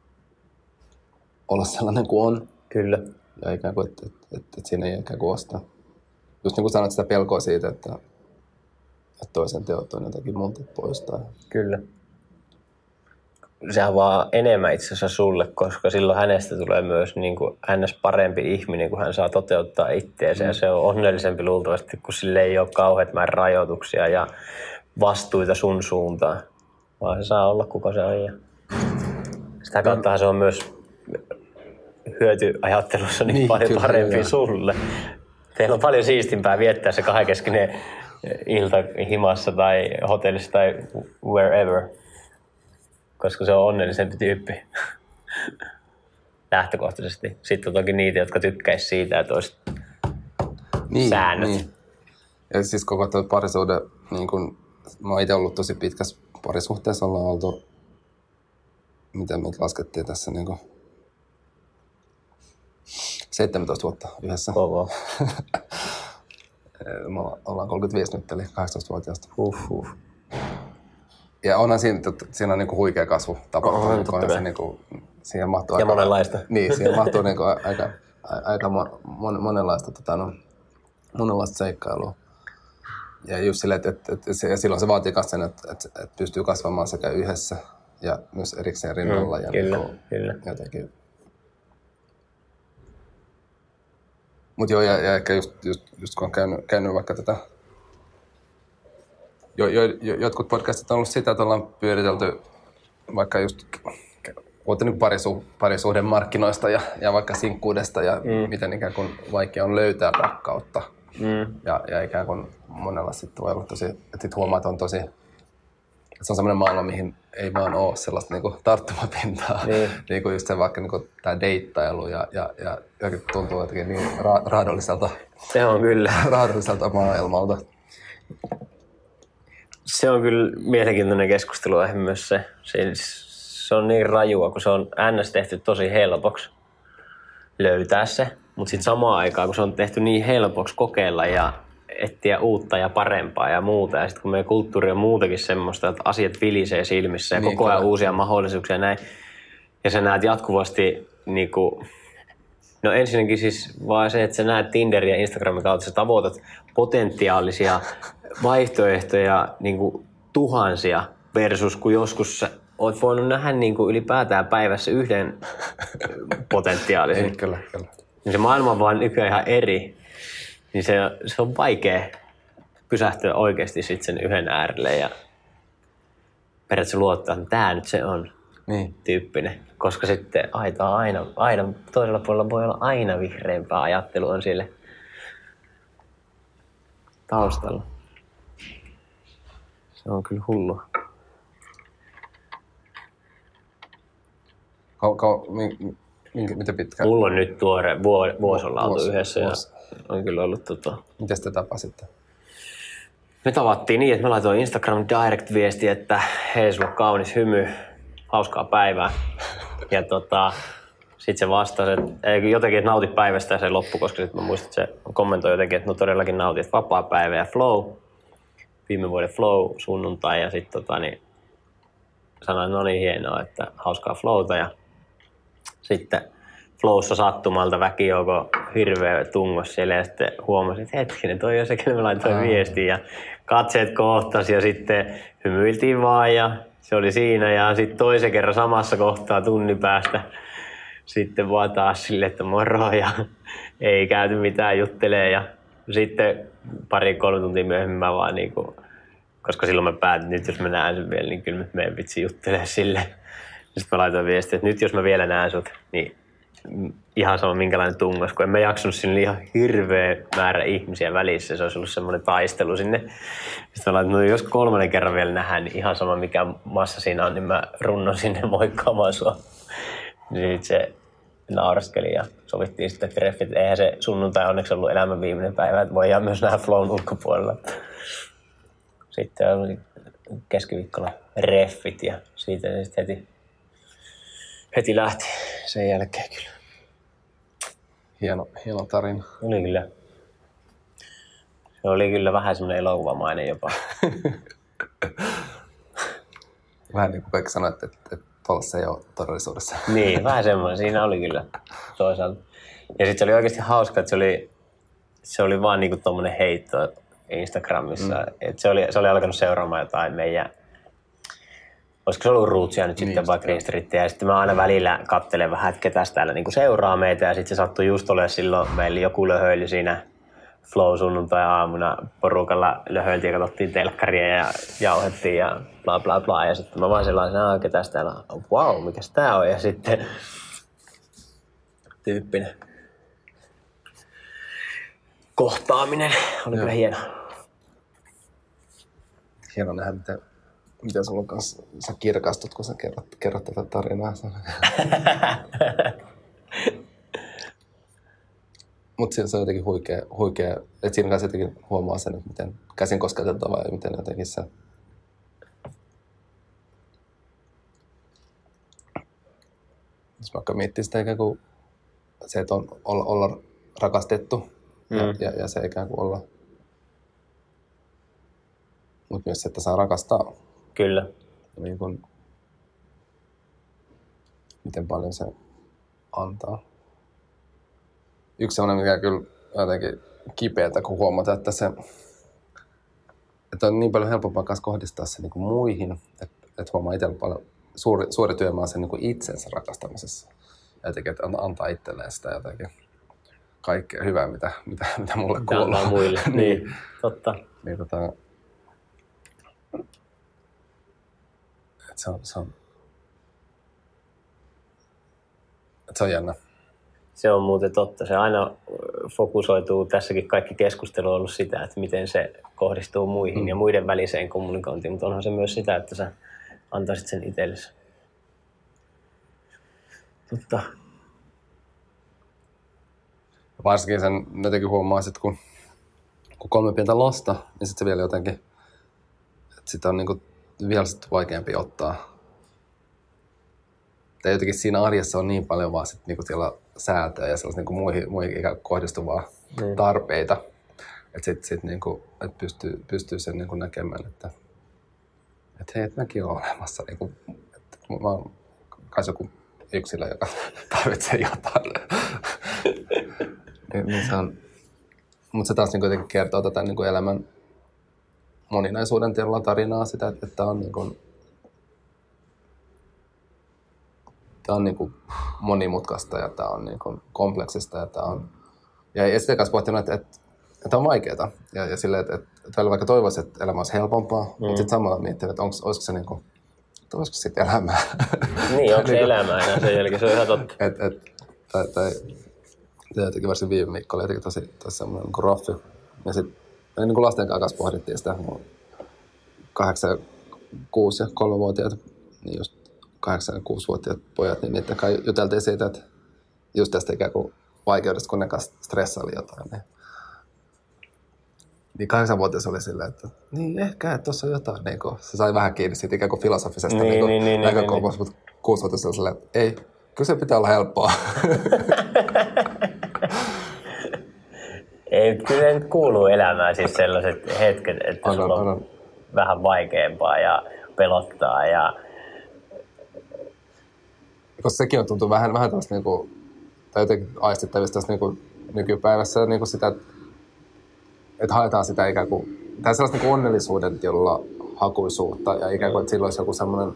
olla sellainen kuin on. Kyllä. Ja ikään kuin, että et, et, et siinä ei ikään kuin ostaa. Just niin kuin sanoit sitä pelkoa siitä, että, että toisen teot on jotakin multa poistaa. Kyllä. Sehän vaan enemmän itse asiassa sulle, koska silloin hänestä tulee myös niin kuin ns. Parempi ihminen, kun hän saa toteuttaa itseänsä. Mm. Ja se on onnellisempi luultavasti, kun sille ei ole kauheat määrä rajoituksia ja vastuita sun suuntaan. Vaan se saa olla kuka se on. Ja sitä kauttahan se on myös hyötyajattelussa niin, niin paljon kyllä, parempi joo. sulle. Teillä on paljon siistimpää viettää se kahdenkeskinen ilta himassa tai hotellissa tai wherever. Koska se on onnellisempi tyyppi lähtökohtaisesti. Sitten on toki niitä, jotka tykkäisi siitä, että olisi niin, säännöt. Niin. Ja siis koko tuo parisuhde, niin kun, mä oon itse ollut tosi pitkässä parisuhteessa, ollaan oltu, miten me laskettiin tässä, niin kun, seitsemäntoista vuotta yhdessä. Kova. Me ollaan kolmekymmentäviisi nyt, eli kahdeksantoistavuotiaasta. Uhuh. Ja onhan siinä, siinä on niinku huikea kasvu tapahtunut. Oh, se niinku, siihen mahtuu ja aika, monenlaista. Niin, siihen mahtuu niinku aika, aika mon, monenlaista, tota, no, monenlaista seikkailua. Ja just silleen, että et, et, se, ja silloin se vaatii myös sen, että et, et pystyy kasvamaan sekä yhdessä ja myös erikseen rinnalla. Mm, ja kyllä, niinku, kyllä. Jotenkin. Mut joo, ja, ja ehkä just, just, just kun on käynyt, käynyt vaikka tätä Jo, jo, jo, jotkut podcastit on ollut sitä, että ollaan pyöritelty vaikka just niin parisu, parisuhden markkinoista ja, ja vaikka sinkkuudesta ja mm. miten ikään kuin vaikea on löytää rakkautta. Mm. Ja, ja ikään kuin monella sitten voi olla tosi, että sitten huomaa, että on tosi, että se on semmoinen maailma, mihin ei vaan ole sellaista niin kuin tarttumapintaa. Mm. niin kuin just se vaikka niin kuin tämä deittailu ja, ja, ja jotenkin tuntuu jotenkin niin ra- raadolliselta, se on kyllä. raadolliselta maailmalta. Se on kyllä mielenkiintoinen keskusteluaihe myös se. Siis se on niin rajua, kun se on ns. Tehty tosi helpoksi löytää se. Mutta sitten samaan aikaan, kun se on tehty niin helpoksi kokeilla ja etsiä uutta ja parempaa ja muuta. Ja sitten kun meidän kulttuuri on muutenkin semmoista, että asiat vilisee silmissä ja niin, koko ajan kyllä. uusia mahdollisuuksia ja näin. Ja sä näet jatkuvasti niinku... No ensinnäkin siis vaan se, että sä näet Tinderin ja Instagramin kautta, sä tavoitat potentiaalisia vaihtoehtoja niin kuin tuhansia versus kun joskus sä oot voinut nähdä niin kuin ylipäätään päivässä yhden potentiaalisen. Ei, kyllä, kyllä. Niin se maailma on vaan nykyään ihan eri. Niin se, se on vaikea pysähtyä oikeasti sit sen yhden äärelle ja periaatteessa luottaa, että tää nyt se on niin. Tyyppinen. Koska sitten aita on aina, aina, toisella puolella voi olla aina vihreämpää ajattelu on sille taustalla. Se on kyllä hullu. Kau, kau, mi, mi, miten pitkään? Mulla on nyt tuore, vuosi ollaan oltu yhdessä vuosi. Ja on kyllä ollut tota... Miten te tapasitte? Me tavattiin niin, että mä laitoin Instagram direct-viesti, että hei, sulla on kaunis hymy, hauskaa päivää. Ja tota, sit se vastasi, että jotenkin, että nautit päivästä ja se loppu, koska sit mä muistin, että se kommentoi jotenkin, että no todellakin nautit, että vapaa päivä ja flow. Viime vuoden flow sunnuntai ja sitten tota, niin sanoin, no niin hienoa, että hauskaa flowta. Ja sitten flowssa sattumalta väkijoukko hirveä tungos siellä ja sitten huomasin, että hetkinen, toi on se, kenen mä laitoin viestiin ja katseet kohtasi ja sitten hymyiltiin vaan ja se oli siinä ja sitten toisen kerran samassa kohtaa tunnin päästä sitten vaan taas silleen, että moro ja ei käyty mitään juttelee ja sitten pari kolme tuntia myöhemmin mä vaan niinku, koska silloin mä päätin, että nyt jos mä näen sen vielä, niin kyllä mä menen vitsi juttelee silleen. Sitten mä laitoin viestiä, että nyt jos mä vielä näen sut, niin ihan sama minkälainen tungos, kun en mä jaksanut sinne ihan hirveä määrä ihmisiä välissä, se olisi ollut semmoinen taistelu sinne. Sitten mä laitin, no jos kolmannen kerran vielä nähdään, niin ihan sama mikä massa siinä on, niin mä runnon sinne moikkaamaan sua. Sitten se nauraskeli ja sovittiin sitten treffit, että eihän se sunnuntai onneksi ollut elämän viimeinen päivä, että voidaan myös nähdä flown ulkopuolella. Sitten oli keskiviikkona reffit ja siitä se sitten heti, heti lähti sen jälkeen kyllä. Hieno, hieno tarina. Oli kyllä. Se oli kyllä vähän semmoinen elokuvamainen jopa. Vähän niin kuin kaikki sanoivat, että, että, että tuolla se ei ole todellisuudessa. Niin, vähän semmoinen. Siinä oli kyllä toisaalta. Ja sitten se oli oikeasti hauska, että se oli, se oli vaan niinku tommonen heitto Instagramissa. Mm. Et se, oli, se oli alkanut seuraamaan jotain meidän, olisiko se ollut Rootsia nyt sitten, niin, vai Green Streetia. Ja sitten mä aina välillä katselen vähän, että ketäs täällä niinku seuraa meitä. Ja sitten se sattui just olemaan silloin, meillä joku löhöily siinä Flow sunnuntai-aamuna porukalla löhöiltiin ja katsottiin telkkaria ja jauhettiin ja bla bla bla. Ja sitten mä vaan sellaisen, että ketäs täällä on, wow, mikäs tää on. Ja sitten tyyppinen kohtaaminen oli kyllä hieno. Hieno nähdä, miten, miten sulla kanssa, sä kirkastut, kun sä kerrot, kerrot tätä tarinaa. Mutta se on jotenkin huikea, huikea, että siinä kanssa jotenkin huomaa sen, että miten käsin kosketeltavaa ja miten jotenkin se... Jos vaikka miettii sitä ikään kuin se, että on olla, olla rakastettu mm. ja, ja, ja se ikään kuin olla... Mutta myös se, että saa rakastaa. Kyllä. Niin kuin, miten paljon se antaa. Yksi sellainen, mikä kyllä jotenkin kipeätä, kun huomataan, että se että on niin paljon helpompaa kanssa kohdistaa se niin kuin muihin, että, että huomaa itsellä paljon suuri, suuri työmaa sen niin kuin itsensä rakastamisessa. Ja jotenkin, että antaa itselleen sitä jotenkin kaikkea hyvää, mitä, mitä, mitä mulle kuuluu. Antaa muille, niin, totta. Niin, tota, että se on, se on, että se on jännä. Se on muuten totta. Se aina fokusoituu, tässäkin kaikki keskustelu on ollut sitä, että miten se kohdistuu muihin mm. ja muiden väliseen kommunikointiin, mutta onhan se myös sitä, että sä antaisit sen itsellesi. Totta. Varsinkin sen jotenkin huomaa, että kun, kun kolme pientä lasta, niin sitten se vielä jotenkin, että sitä on niinku vielä sit vaikeampi ottaa. Tai jotenkin siinä arjessa on niin paljon vaan sit niinku siellä säätöä ja sellaisia niinku muihin, muihin ikään kuin kohdistuvaa mm. tarpeita, että sitten sit niinku, et pystyy, pystyy sen niinku näkemään, että et hei, et mäkin olen olemassa. Niinku, et mä oon kai joku yksilö, joka tarvitsee jotain. niin, niin se on, mutta se taas niinku jotenkin kertoo tätä niinku elämän moninaisuuden tarinaa sitä, että tämä on niinku Tämä on niinku monimutkaista ja tämä on niinku kompleksista ja tämä on... Ja, ja sitten kanssa pohtinut, että, että, että on vaikeaa. Ja, ja silleen, että, että vaikka toivoisi, että elämä olisi helpompaa, mm. mutta sitten samalla miettii, että onko, olisiko se niinku... Että olisiko se sitten elämää? Niin, onko se elämää enää sen jälkeen? Se on ihan totta. Et, et, tai, tai, tai jotenkin varsin viime viikko oli jotenkin tosi, tosi semmoinen niinku raffi. Ja sitten niin lasten kanssa pohdittiin sitä kahdeksan, kuusi ja kolmevuotiaat, niin just kahdeksan- ja kuusivuotiaat pojat, niin niiden kai juteltiin siitä, että just tästä ikään kuin vaikeudesta, kun ne kanssa stressaili jotain. Niin, niin kahdeksanvuotias oli silleen, että niin ehkä, että tuossa on jotain. Niin kuin, se sai vähän kiinni siitä ikään kuin filosofisesta niin, niin, niin, niin, näkökulmasta, niin, mutta kuusivuotias oli silleen, että ei, kyllä se pitää olla helppoa. Ei, kyllä nyt kuuluu elämään siis sellaiset hetket, että on, sulla on, on vähän vaikeampaa ja pelottaa ja... Koska sekin on tuntuu vähän, vähän tällaista niinku, tai jotenkin aistittavista tässä niinku, nykypäivässä niinku sitä, että, että haetaan sitä ikään kuin, tai sellaista niinku onnellisuuden jolla hakuisuutta ja ikään kuin, että sillä olisi joku semmoinen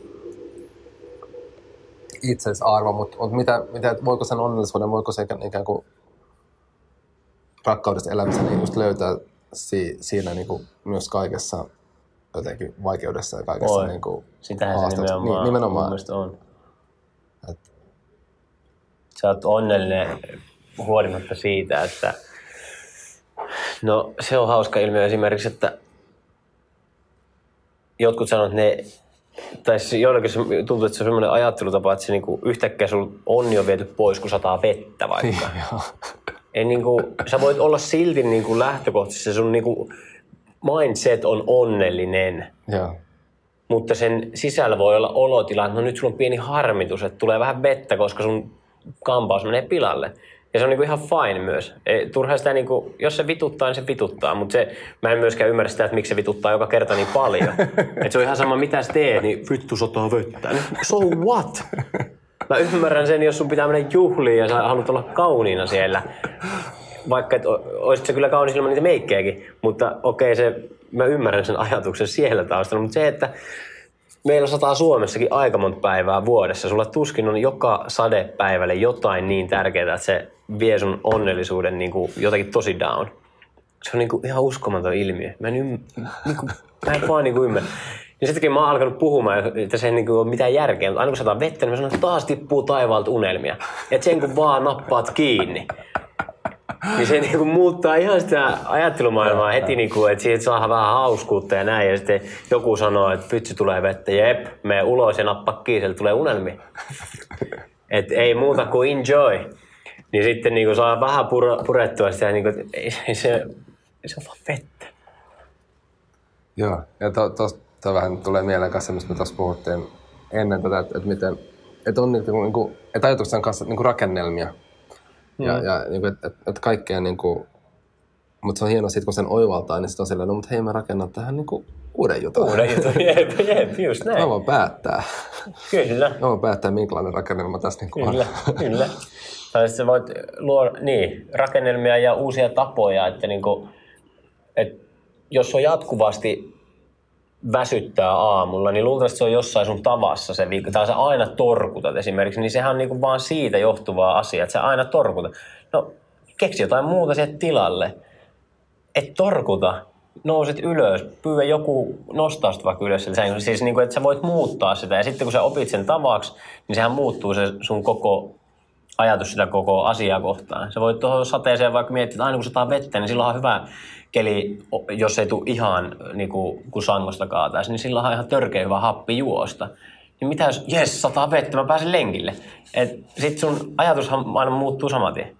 itseisarvo, mutta, mutta mitä, mitä, voiko sen onnellisuuden, voiko se ikään kuin rakkaudesta elämässä niin just löytää si, siinä niinku myös kaikessa jotenkin vaikeudessa ja kaikessa niinku sitähän se nimenomaan, niin, nimenomaan. on. Et. Sä oot onnellinen huolimatta siitä, että no se on hauska ilmiö esimerkiksi, että jotkut sanoo, että ne tai siis joillekin se tuntuu, että se on semmoinen ajattelutapa, että se niinku yhtäkkiä sulla onni on viety pois, kun sataa vettä vaikka. Ei niinku, sä voit olla silti niinku lähtökohtaisesti, sun niinku mindset on onnellinen. Ja. Mutta sen sisällä voi olla olotila, että no nyt sulla on pieni harmitus, että tulee vähän vettä, koska sun kampaus menee pilalle. Ja se on niinku ihan fine myös. Ei, turha sitä niinku, jos se vituttaa, niin se vituttaa. Mutta mä en myöskään ymmärrä sitä, että miksi se vituttaa joka kerta niin paljon. Että se on ihan sama, mitä sä teet, niin vittu sataa vettä. So what? Mä ymmärrän sen, jos sun pitää mennä juhliin ja sä haluat olla kauniina siellä. Vaikka et oisit se kyllä kaunis ilman niitä meikkejäkin. Mutta okei, okay, se, mä ymmärrän sen ajatuksen siellä taustalla. Mutta se, että meillä sataa Suomessakin aika monta päivää vuodessa. Sulla tuskin on joka sadepäivälle jotain niin tärkeää, että se vie sun onnellisuuden niin kuin jotakin tosi down. Se on niin kuin ihan uskomaton ilmiö. Mä en, ymm, niin kuin, mä en vaan niin kuin ymmärrä. Ja sittenkin mä oon alkanut puhumaan, että se ei niin kuin ole mitään järkeä. Mutta aina kun sataa vettä, niin mä sanon, että taas tippuu taivaalta unelmia. Että sen kun vaan nappaat kiinni. Niin se niinku muuttaa ihan sitä ajattelumaailmaa heti, niinku, että siitä saadaan vähän hauskuutta ja näin. Ja sitten joku sanoo, että pytsy tulee vettä, jep, mene ulos ja nappaa kiinni, sieltä tulee unelmia. Että ei muuta kuin enjoy. Niin sitten niinku saa vähän purettua sitä, niinku, että ei, se, se on vaan vettä. Joo, ja tuosta to, vähän tulee mieleen kanssa, mistä me tuossa puhuttiin ennen tätä, että, että miten, että on niinku, että ajatuksen kanssa niinku rakennelmia. Ja, mm. ja niin että et, et kaikkea niinku, mutta se on hienoa sit kun sen oivaltaa, niin sit on silleen, no mut hei mä rakennan tähän niinku uuden jutun. Uuden jutun, jep, jep, just näin. Mä voin päättää. Kyllä. Mä voin päättää minkälainen rakennelma tässä niinku on. Kyllä, kyllä. Tai sä voit luoda, niin, rakennelmia ja uusia tapoja, että niinku, et jos on jatkuvasti väsyttää aamulla, niin luultavasti se on jossain sun tavassa se viikko, tai sä aina torkutat esimerkiksi, niin sehän on niinku vaan siitä johtuvaa asiaa, että sä aina torkutat. No, keksi jotain muuta sieltä tilalle. Et torkuta, nouset ylös, pyydä joku nostaa sitä vaikka ylös. Siis niinku, että sä voit muuttaa sitä, ja sitten kun sä opit sen tavaksi, niin sehän muuttuu se sun koko ajatus sitä koko asiaa kohtaan. Sä voit tuohon sateeseen vaikka miettiä, että aina kun sataa vettä, niin silloin on hyvä keli, jos ei tule ihan niin kuin, kun sangosta kaataisi, niin silloin on ihan törkeä hyvä happi juosta. Niin mitä jos, jes, sataa vettä, mä pääsen lenkille. Sitten sun ajatushan aina muuttuu saman tien.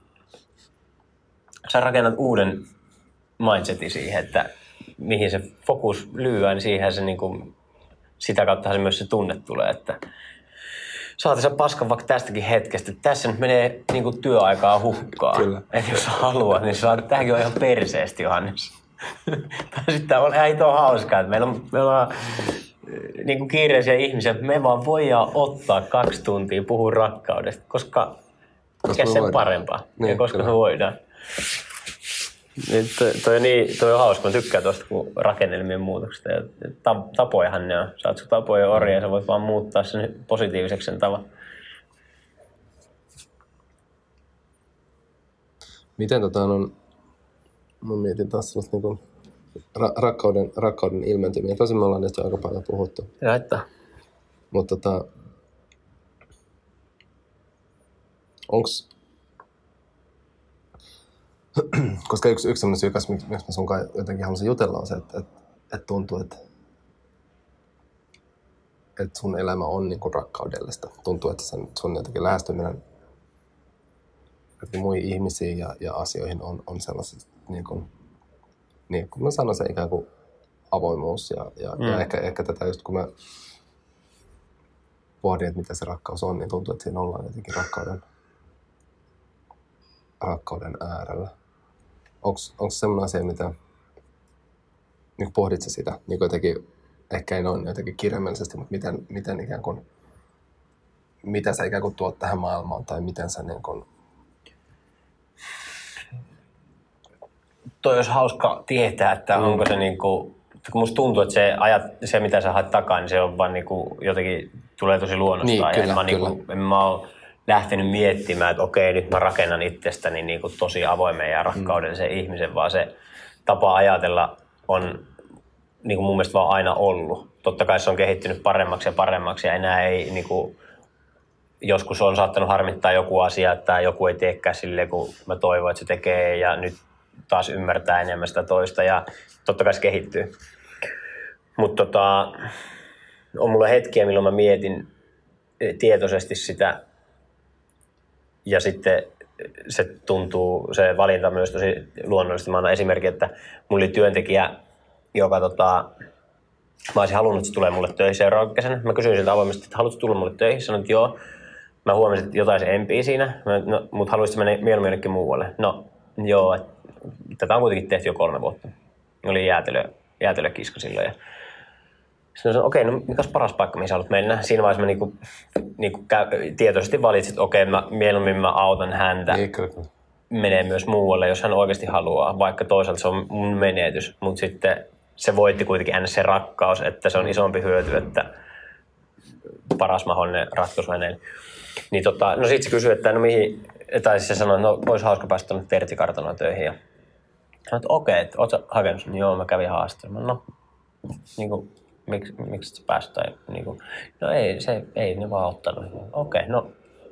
Sä rakennat uuden mindsetin siihen, että mihin se fokus lyö, niin siihen se niin kuin, sitä kautta se myös se tunne tulee, että saat sä paskan vaikka tästäkin hetkestä. Tässä nyt menee niinku työaikaa hukkaan. Että jos haluat, niin saat, tämäkin on ihan perseesti, Johannes. Tai sitten on ihan ito hauskaa, että meillä on, meillä on niinku kiireisiä ihmisiä, että me vaan voidaan ottaa kaksi tuntia puhua rakkaudesta, koska mikä sen parempaa niin, ja koska kyllä. Me voidaan. Niin toi, toi, niin, toi on hauska. Mä tykkään tuosta rakennelmien muutoksesta. Ja tapojahan ne on. Sä oot sun tapojen orja ja sä voit vaan muuttaa sen positiiviseksi sen tavan. Miten tota on, mä mietin taas sellaista niin ra- rakkauden, rakkauden ilmentymiä. Tosin me ollaan niistä aika paljon puhuttu. Jaittaa. Mutta tota, onks, koska yksi, yksi sellainen syy, miksi mä sunkaan jotenkin haluaisin jutella, on se, että, että, että tuntuu, että, että sun elämä on niin kuin rakkaudellista. Tuntuu, että sen, sun jotenkin lähestyminen muihin ihmisiin ja, ja asioihin on, on sellaisista, niin kuin, niin kuin mä sanoisin, ikään kuin avoimuus. Ja, ja, mm. ja ehkä, ehkä tätä just kun mä pohdin, että mitä se rakkaus on, niin tuntuu, että siinä ollaan jotenkin rakkauden, rakkauden äärellä. Onko se sellainen asia, mitä niin pohdit sä sitä, niin jotenkin, ehkä ei noin jotenkin kirjaimellisesti, mutta miten, miten ikään kuin, mitä sä ikään kuin tuot tähän maailmaan, tai miten sä niin kuin... Toi olisi hauska tietää, että mm. onko se niin kuin, kun musta tuntuu, että se, ajat, se mitä sä haet takaa, niin se on vaan niin kuin, jotenkin tulee tosi luonnostaan. Niin, kyllä, en mä, niin kuin, en mä ole lähtenyt miettimään, että okei, nyt mä rakennan itsestäni niin kuin tosi avoimen ja rakkaudellisen mm. ihmisen, vaan se tapa ajatella on niin kuin mun mielestä vaan aina ollut. Totta kai se on kehittynyt paremmaksi ja paremmaksi ja enää ei, niin kuin, joskus on saattanut harmittaa joku asia, että joku ei teekään silleen, kun mä toivon, että se tekee ja nyt taas ymmärtää enemmän sitä toista ja totta kai se kehittyy. Mutta tota, on mulla hetkiä, milloin mä mietin tietoisesti sitä ja sitten se tuntuu, se valinta myös tosi luonnollisesti. Mä annan esimerkki, että mulla oli työntekijä, joka tota, mä olisin halunnut, että se tulee mulle töihin seuraavan kesänä. Mä kysyin siltä avoimesti, että haluatko tulla mulle töihin? Sanoin, että joo. mä huomasin, että jotain se empii siinä, no, mutta haluaisin mennä mieluummin jonnekin muualle. No joo, että tätä on kuitenkin tehty jo kolme vuotta. Oli jäätelö, jäätelökiska silloin. Ja sitten sanoin, okei, okay, no mikä paras paikka, mihin sä haluat mennä? Siinä vaiheessa mä niinku, niinku käy, tietoisesti valitsin, että okei, okay, mä, mieluummin mä autan häntä. Niin, menee myös muualle, jos hän oikeasti haluaa, vaikka toisaalta se on mun menetys. Mutta sitten se voitti kuitenkin aina se rakkaus, että se on isompi hyöty, että paras mahdollinen ratkaisu hänelle. Niin tota, no sit se kysyi, että no mihin, tai siis se sanoi, että no olisi hauska päästä tuonne Tertti Kartanoon töihin. Ja sanoin, että okei, että ootko sä hakenut sen? Joo, mä kävin haastamaan. No, niin kuin, miksi, miksi et sä päässyt? Tai, niin kuin, no ei, se, ei ne vaan ottanut. Okei, no.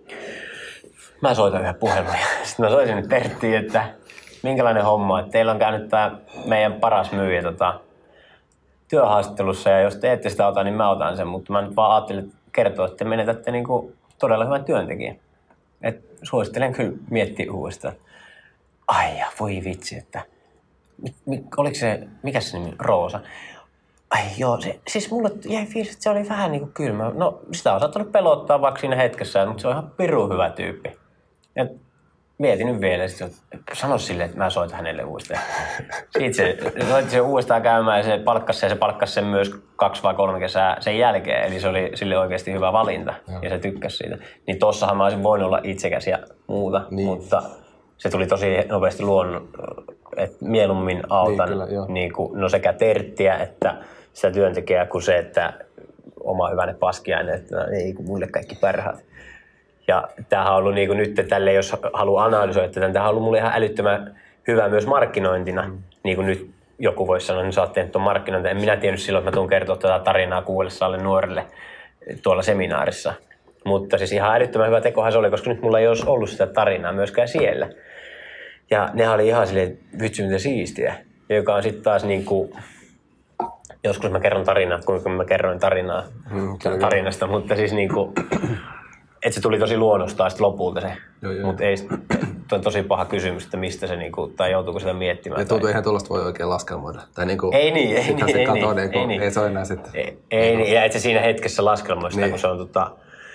Mä soitan yhden puhelun. Sitten mä soitin nyt Terttiin, että minkälainen homma, että teillä on käynyt tää meidän paras myyjä tota, työhaastattelussa ja jos te ette sitä ota, niin mä otan sen. Mutta mä nyt vaan ajattelin kertoa, että te menetätte niinku todella hyvän työntekijän. Et suosittelen kyllä miettiä uudestaan. Ai ja voi vitsi, että oliko se, mikä se nimi, Roosa? Ai joo, se, siis mulle jäi fiilis, että se oli vähän niinku kylmä. No sitä on saattanut pelottaa vaikka siinä hetkessä, mutta se on ihan pirun hyvä tyyppi. Et mietin nyt vielä, että sano silleen, että mä soitan hänelle uudestaan. Sitten se soitti sen uudestaan käymään ja se palkkasi sen, ja se palkkasi sen myös kaksi vai kolme kesää sen jälkeen. Eli se oli sille oikeasti hyvä valinta ja, ja se tykkäsi siitä. Niin tossahan mä olisin voinut olla itsekäs ja muuta, niin. Mutta se tuli tosi nopeasti luonnon, että mieluummin autan niin, kyllä, niin kuin, no sekä Terttiä että sitä työntekijää kuin se, että oma hyvänne paskiainen, että no, ei kun mulle kaikki parhaat. Ja tämähän on ollut niin kuin nyt tälle, jos haluaa analysoida tätä, niin tämähän on ollut mulle ihan älyttömän hyvä myös markkinointina. Mm. Niin kuin nyt joku voisi sanoa, että sä oot tehnyt tuon markkinointia. En minä tiennyt silloin, että mä tuun kertoa tätä tarinaa kuuellessalle nuorille tuolla seminaarissa. Mutta siis ihan älyttömän hyvä tekohan se oli, koska nyt mulla ei olisi ollut sitä tarinaa myöskään siellä. Ja nehän oli ihan silleen, vitsi mitä siistiä. Joka on sitten taas niin kuin, joskus mä kerron tarinaa, kuinka mä kerroin tarinaa mm, tarinasta, mutta siis niin kuin, että se tuli tosi luonnostaan sitten lopulta se. Mutta ei, on tosi paha kysymys, että mistä se, niinku, tai joutuuko sitä miettimään. Ja tuntuu ihan tuollaista voi oikein laskelmoida. Tai niinku, ei niin, ei niin, se ei, katoo, niin, niin, ei niin. Ei se ole enää sitten. Ei, ei niin, ja et se siinä hetkessä laskelmoi sitä, niin. Kun se on tota,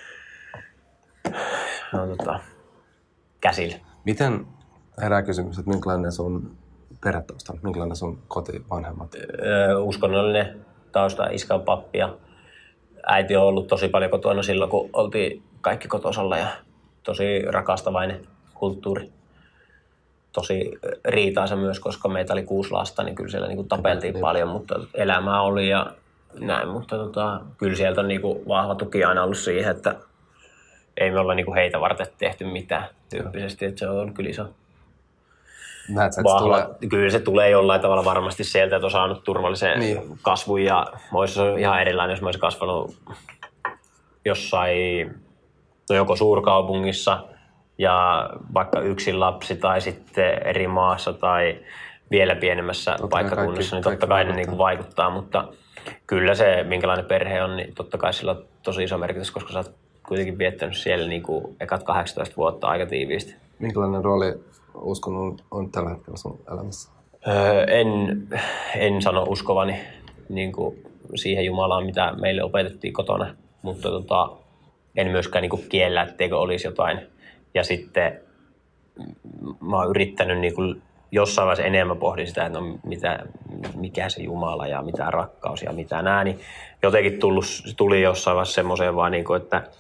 no, tota, käsillä. Miten, herää kysymys, että minkälainen sun perhetausta on, minkälainen sun kotivanhemmat? Öö, uskonnollinen tausta, iskä on pappi ja äiti on ollut tosi paljon kotona silloin, kun oltiin kaikki kotosalla ja tosi rakastavainen kulttuuri. Tosi riitaisa myös, koska meitä oli kuusi lasta, niin kyllä siellä niinku tapeltiin niin. Paljon, mutta elämää oli ja näin. Mutta tota, kyllä sieltä on niinku vahva tuki aina ollut siihen, että ei me olla niinku heitä varten tehty mitään tyyppisesti, että se on kyllä iso. Näet sä, vahva. Tulee... Kyllä se tulee jollain tavalla varmasti sieltä, että on saanut turvallisen niin. Kasvun ja olisi ihan erilainen, jos mä olisin kasvanut jossain, no joko suurkaupungissa ja vaikka yksin lapsi tai sitten eri maassa tai vielä pienemmässä totta paikkakunnassa, kaikki, niin totta kai ne niin kuin vaikuttaa, mutta kyllä se, minkälainen perhe on, niin totta kai sillä on tosi iso merkitys, koska sä oot kuitenkin viettänyt siellä niin kuin ekat kahdeksantoista vuotta aika tiiviisti. Minkälainen rooli uskonnon on tällä hetkellä sun elämässä? Öö, en, en sano uskovani niin kuin siihen Jumalaan, mitä meille opetettiin kotona, mutta tota, en myöskään niin kuin kiellä, etteikö olisi jotain. Ja sitten mä oon yrittänyt niin kuin jossain vaiheessa enemmän pohdin sitä, että no mitä, mikä se Jumala ja mitä rakkaus ja mitä nää, niin jotenkin tullut, tuli jossain vaiheessa semmoiseen vaan, niin kuin, että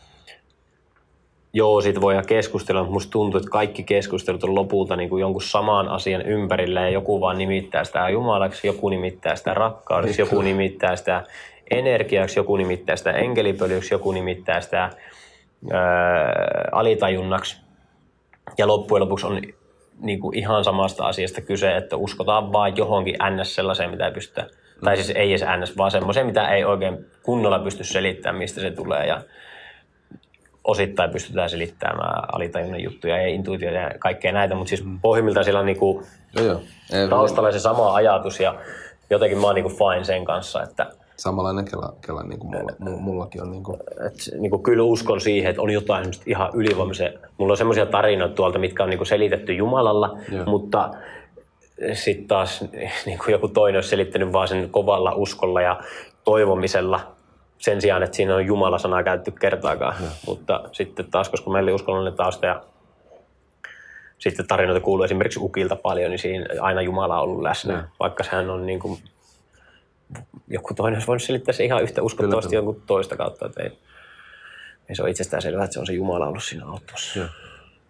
joo, siitä voidaan keskustella, mutta musta tuntuu, että kaikki keskustelut on lopulta niin kuin jonkun saman asian ympärillä ja joku vaan nimittää sitä Jumalaksi, joku nimittää sitä rakkaudeksi, joku nimittää sitä energiaksi, joku nimittää sitä enkelipölyksi, joku nimittää sitä ää, alitajunnaksi. Ja loppujen lopuksi on niin kuin ihan samasta asiasta kyse, että uskotaan vaan johonkin ns. Sellaiseen, mitä ei pystytä, mm. tai siis ei edes ns, vaan semmoiseen, mitä ei oikein kunnolla pysty selittämään, mistä se tulee. Ja osittain pystytään selittämään alitajunnan juttuja ja intuitioita ja kaikkea näitä, mutta siis pohjimmiltaan siellä on niinku taustalla se sama ajatus ja jotenkin mä oon niinku fine sen kanssa, että samanlainen kela, kela niin kuin mulla, mullakin on. Niin kuin. Et, niin kuin kyllä uskon siihen, että on jotain ihan ylivoimaisia. Mulla on semmoisia tarinoita tuolta, mitkä on niin kuin selitetty Jumalalla, Joo. mutta sitten taas niin kuin joku toinen olisi selittänyt vaan sen kovalla uskolla ja toivomisella. sen sijaan, että siinä on Jumala-sanaa käytetty kertaakaan. Ja. Mutta sitten taas, koska meillä oli uskonnollinen tausta ja sitten tarinoita kuuluu esimerkiksi Ukilta paljon, niin siinä aina Jumala on ollut läsnä. Ja. Vaikka sehän on niin kuin, joku toinen olisi voinut selittää se ihan yhtä uskottavasti Kyllä. jonkun toista kautta. Että ei, ei se ole itsestään selvää, että se on se Jumala ollut siinä auttamassa. Ja.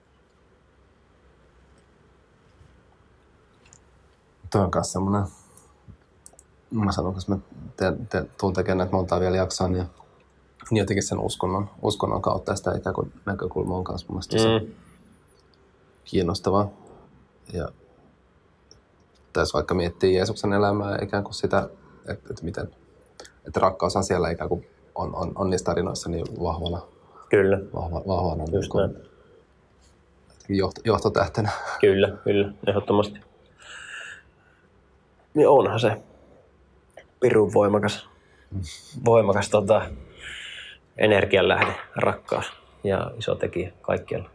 Tuo on myös semmoinen, mä sanon, koska mä tuun tekemään näitä montaa vielä jaksoa, niin, niin jotenkin sen uskonnon, uskonnon kautta sitä ikään kuin näkökulma on myös mun mielestä mm. kiinnostavaa. Ja tässä vaikka miettii Jeesuksen elämää ikään kuin sitä, että, että miten että rakkaus on siellä ikään kuin on, on, on niissä tarinoissa niin vahvana. Kyllä. Vahva, vahvana niin johto, johtotähtenä. Kyllä, kyllä, ehdottomasti. Niin onhan se pirun voimakas, voimakas tota, energianlähde, rakkaus ja iso tekijä kaikkialla.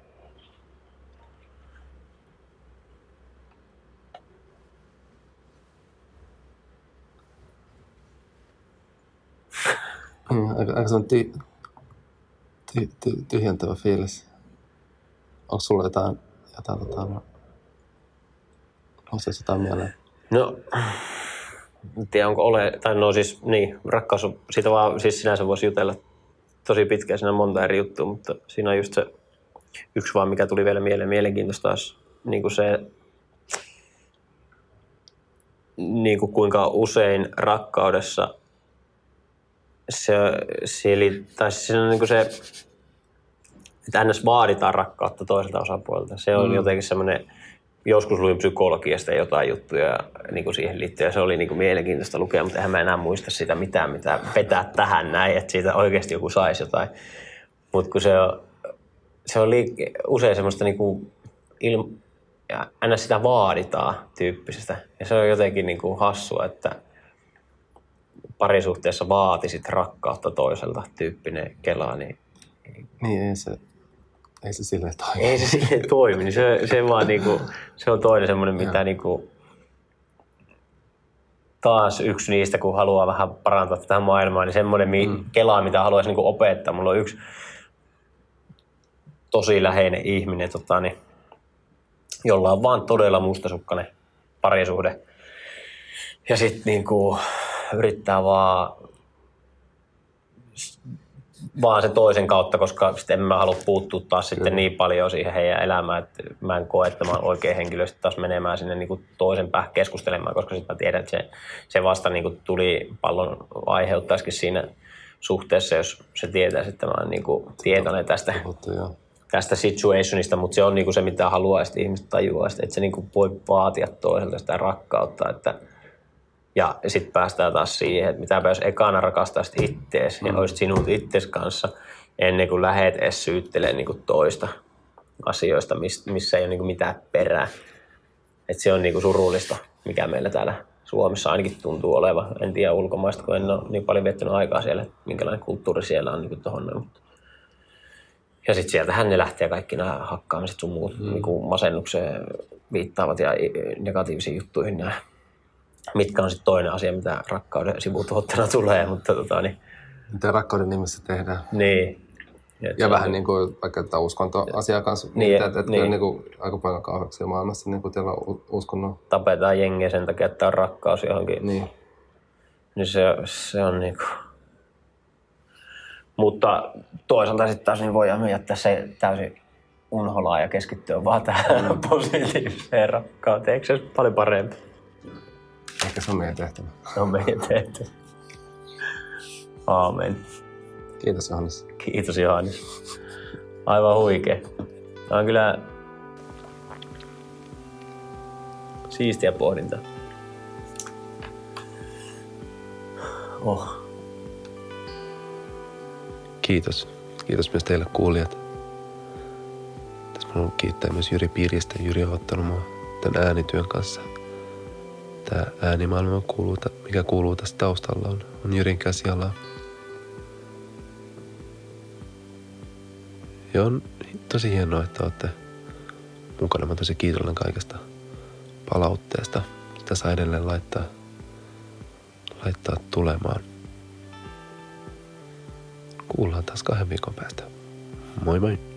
Mm, aika, aika sellainen ty, ty, ty, tyhjentävä fiilis. Onko sulla jotain, jotain, jotain onko se jotain mieleen? No, en tiedä onko ole, tai no siis niin, rakkaus on, siitä vaan siis sinänsä voisi jutella tosi pitkään, siinä on monta eri juttua, mutta siinä on just se yksi vaan, mikä tuli vielä mieleen, mielenkiintoista taas, niin kuin se, niin kuin kuinka usein rakkaudessa se, se, tai se on niin kuin se, että ns. Vaaditaan rakkautta toiselta osapuolelta. Se on mm. jotenkin semmoinen, joskus luin psykologiasta jotain juttuja niin kuin siihen liittyen, ja se oli niin kuin mielenkiintoista lukea, mutta eihän mä enää muista sitä mitään, mitä vetää tähän näin, että siitä oikeasti joku saisi jotain. Mutta kun se on, se on liik- usein semmoista niin kuin ilma, ja aina sitä vaaditaan tyyppisestä, ja se on jotenkin niin kuin hassua, että parisuhteessa vaatisit rakkautta toiselta tyyppinen kelaa, niin niin ei se, ei se silleen toimi. Ei se silleen toimi, niin se, se, vaan niinku, se on toinen semmoinen, mitä niinku, taas yksi niistä, kun haluaa vähän parantaa tätä maailmaa, niin semmoinen mm. kelaa, mitä haluaisi niinku opettaa. Mulla on yksi tosi läheinen ihminen, tota, niin, jolla on vaan todella mustasukkainen parisuhde. Ja sitten niinku, yrittää vaan, vaan se toisen kautta, koska sitten en mä halua puuttua taas Kyllä. sitten niin paljon siihen heidän elämään, että mä en koe, että mä oon oikea henkilö sitten taas menemään sinne niin kuin toisen päähän keskustelemaan, koska sitten mä tiedän, että se, se vasta niin kuin tuli pallon aiheuttaisikin siinä suhteessa, jos se tietäisi, että mä oon niin kuin tietoinen tästä, tästä situationista, mutta se on niin kuin se, mitä haluaa, että ihmiset tajuaa, että se niin kuin voi vaatia toiselta sitä rakkautta, että ja sitten päästään taas siihen, että mitäpä jos ekana rakastaisit ittees mm. ja olisit sinut ittees kanssa ennen kuin lähet edes syyttelemään niinku toista asioista, missä ei ole niinku mitään perää. Et se on niinku surullista, mikä meillä täällä Suomessa ainakin tuntuu olevan. En tiedä ulkomaista, kun en ole niin paljon viettänyt aikaa siellä, minkälainen kulttuuri siellä on niinku tohon. Ja sitten sieltähän ne lähtee kaikki nämä hakkaamiset sun muut mm. niinku masennukseen viittaavat ja negatiivisiin juttuihin nämä. Mitkä on sitten toinen asia, mitä rakkauden sivutuotteena tulee, mutta tota niin. Mitä rakkauden nimissä tehdään. Niin. Et ja vähän niin kuin vaikka tätä uskontoasiaa kanssa, niin, että, että niin. niin kuin aika paljon kauheuksia maailmassa niin kuin teillä on uskonnon. Tapetaan jengiä sen takia, että on rakkaus johonkin. Niin. Niin se, se on niin kuin. Mutta toisaalta sitten taas niin voidaan jättää se täysin unholaan ja keskittyä vaan tähän mm. positiiviseen rakkauteen. Eikö se olisi paljon parempi? Ehkä se on meidän tehtävä. Se on meidän tehtävä. Aamen. Kiitos Johannes. Kiitos Johannes. Aivan huikea. Tämä on kyllä siistiä pohdintaa. Oh. Kiitos. Kiitos myös teille kuulijat. Tässä mä haluan kiittää myös Jyri Piiristä. Jyri on ottanut mua tämän äänityön kanssa. Tämä äänimaailma, kuuluu, mikä kuuluu tässä taustalla, on, on Jyrin käsialaa. Ja on tosi hienoa, että olette mukana. Mä oon tosi kiitollinen kaikesta palautteesta. Sitä saa edelleen laittaa, laittaa tulemaan. kuullaan taas kahden viikon päästä. Moi moi!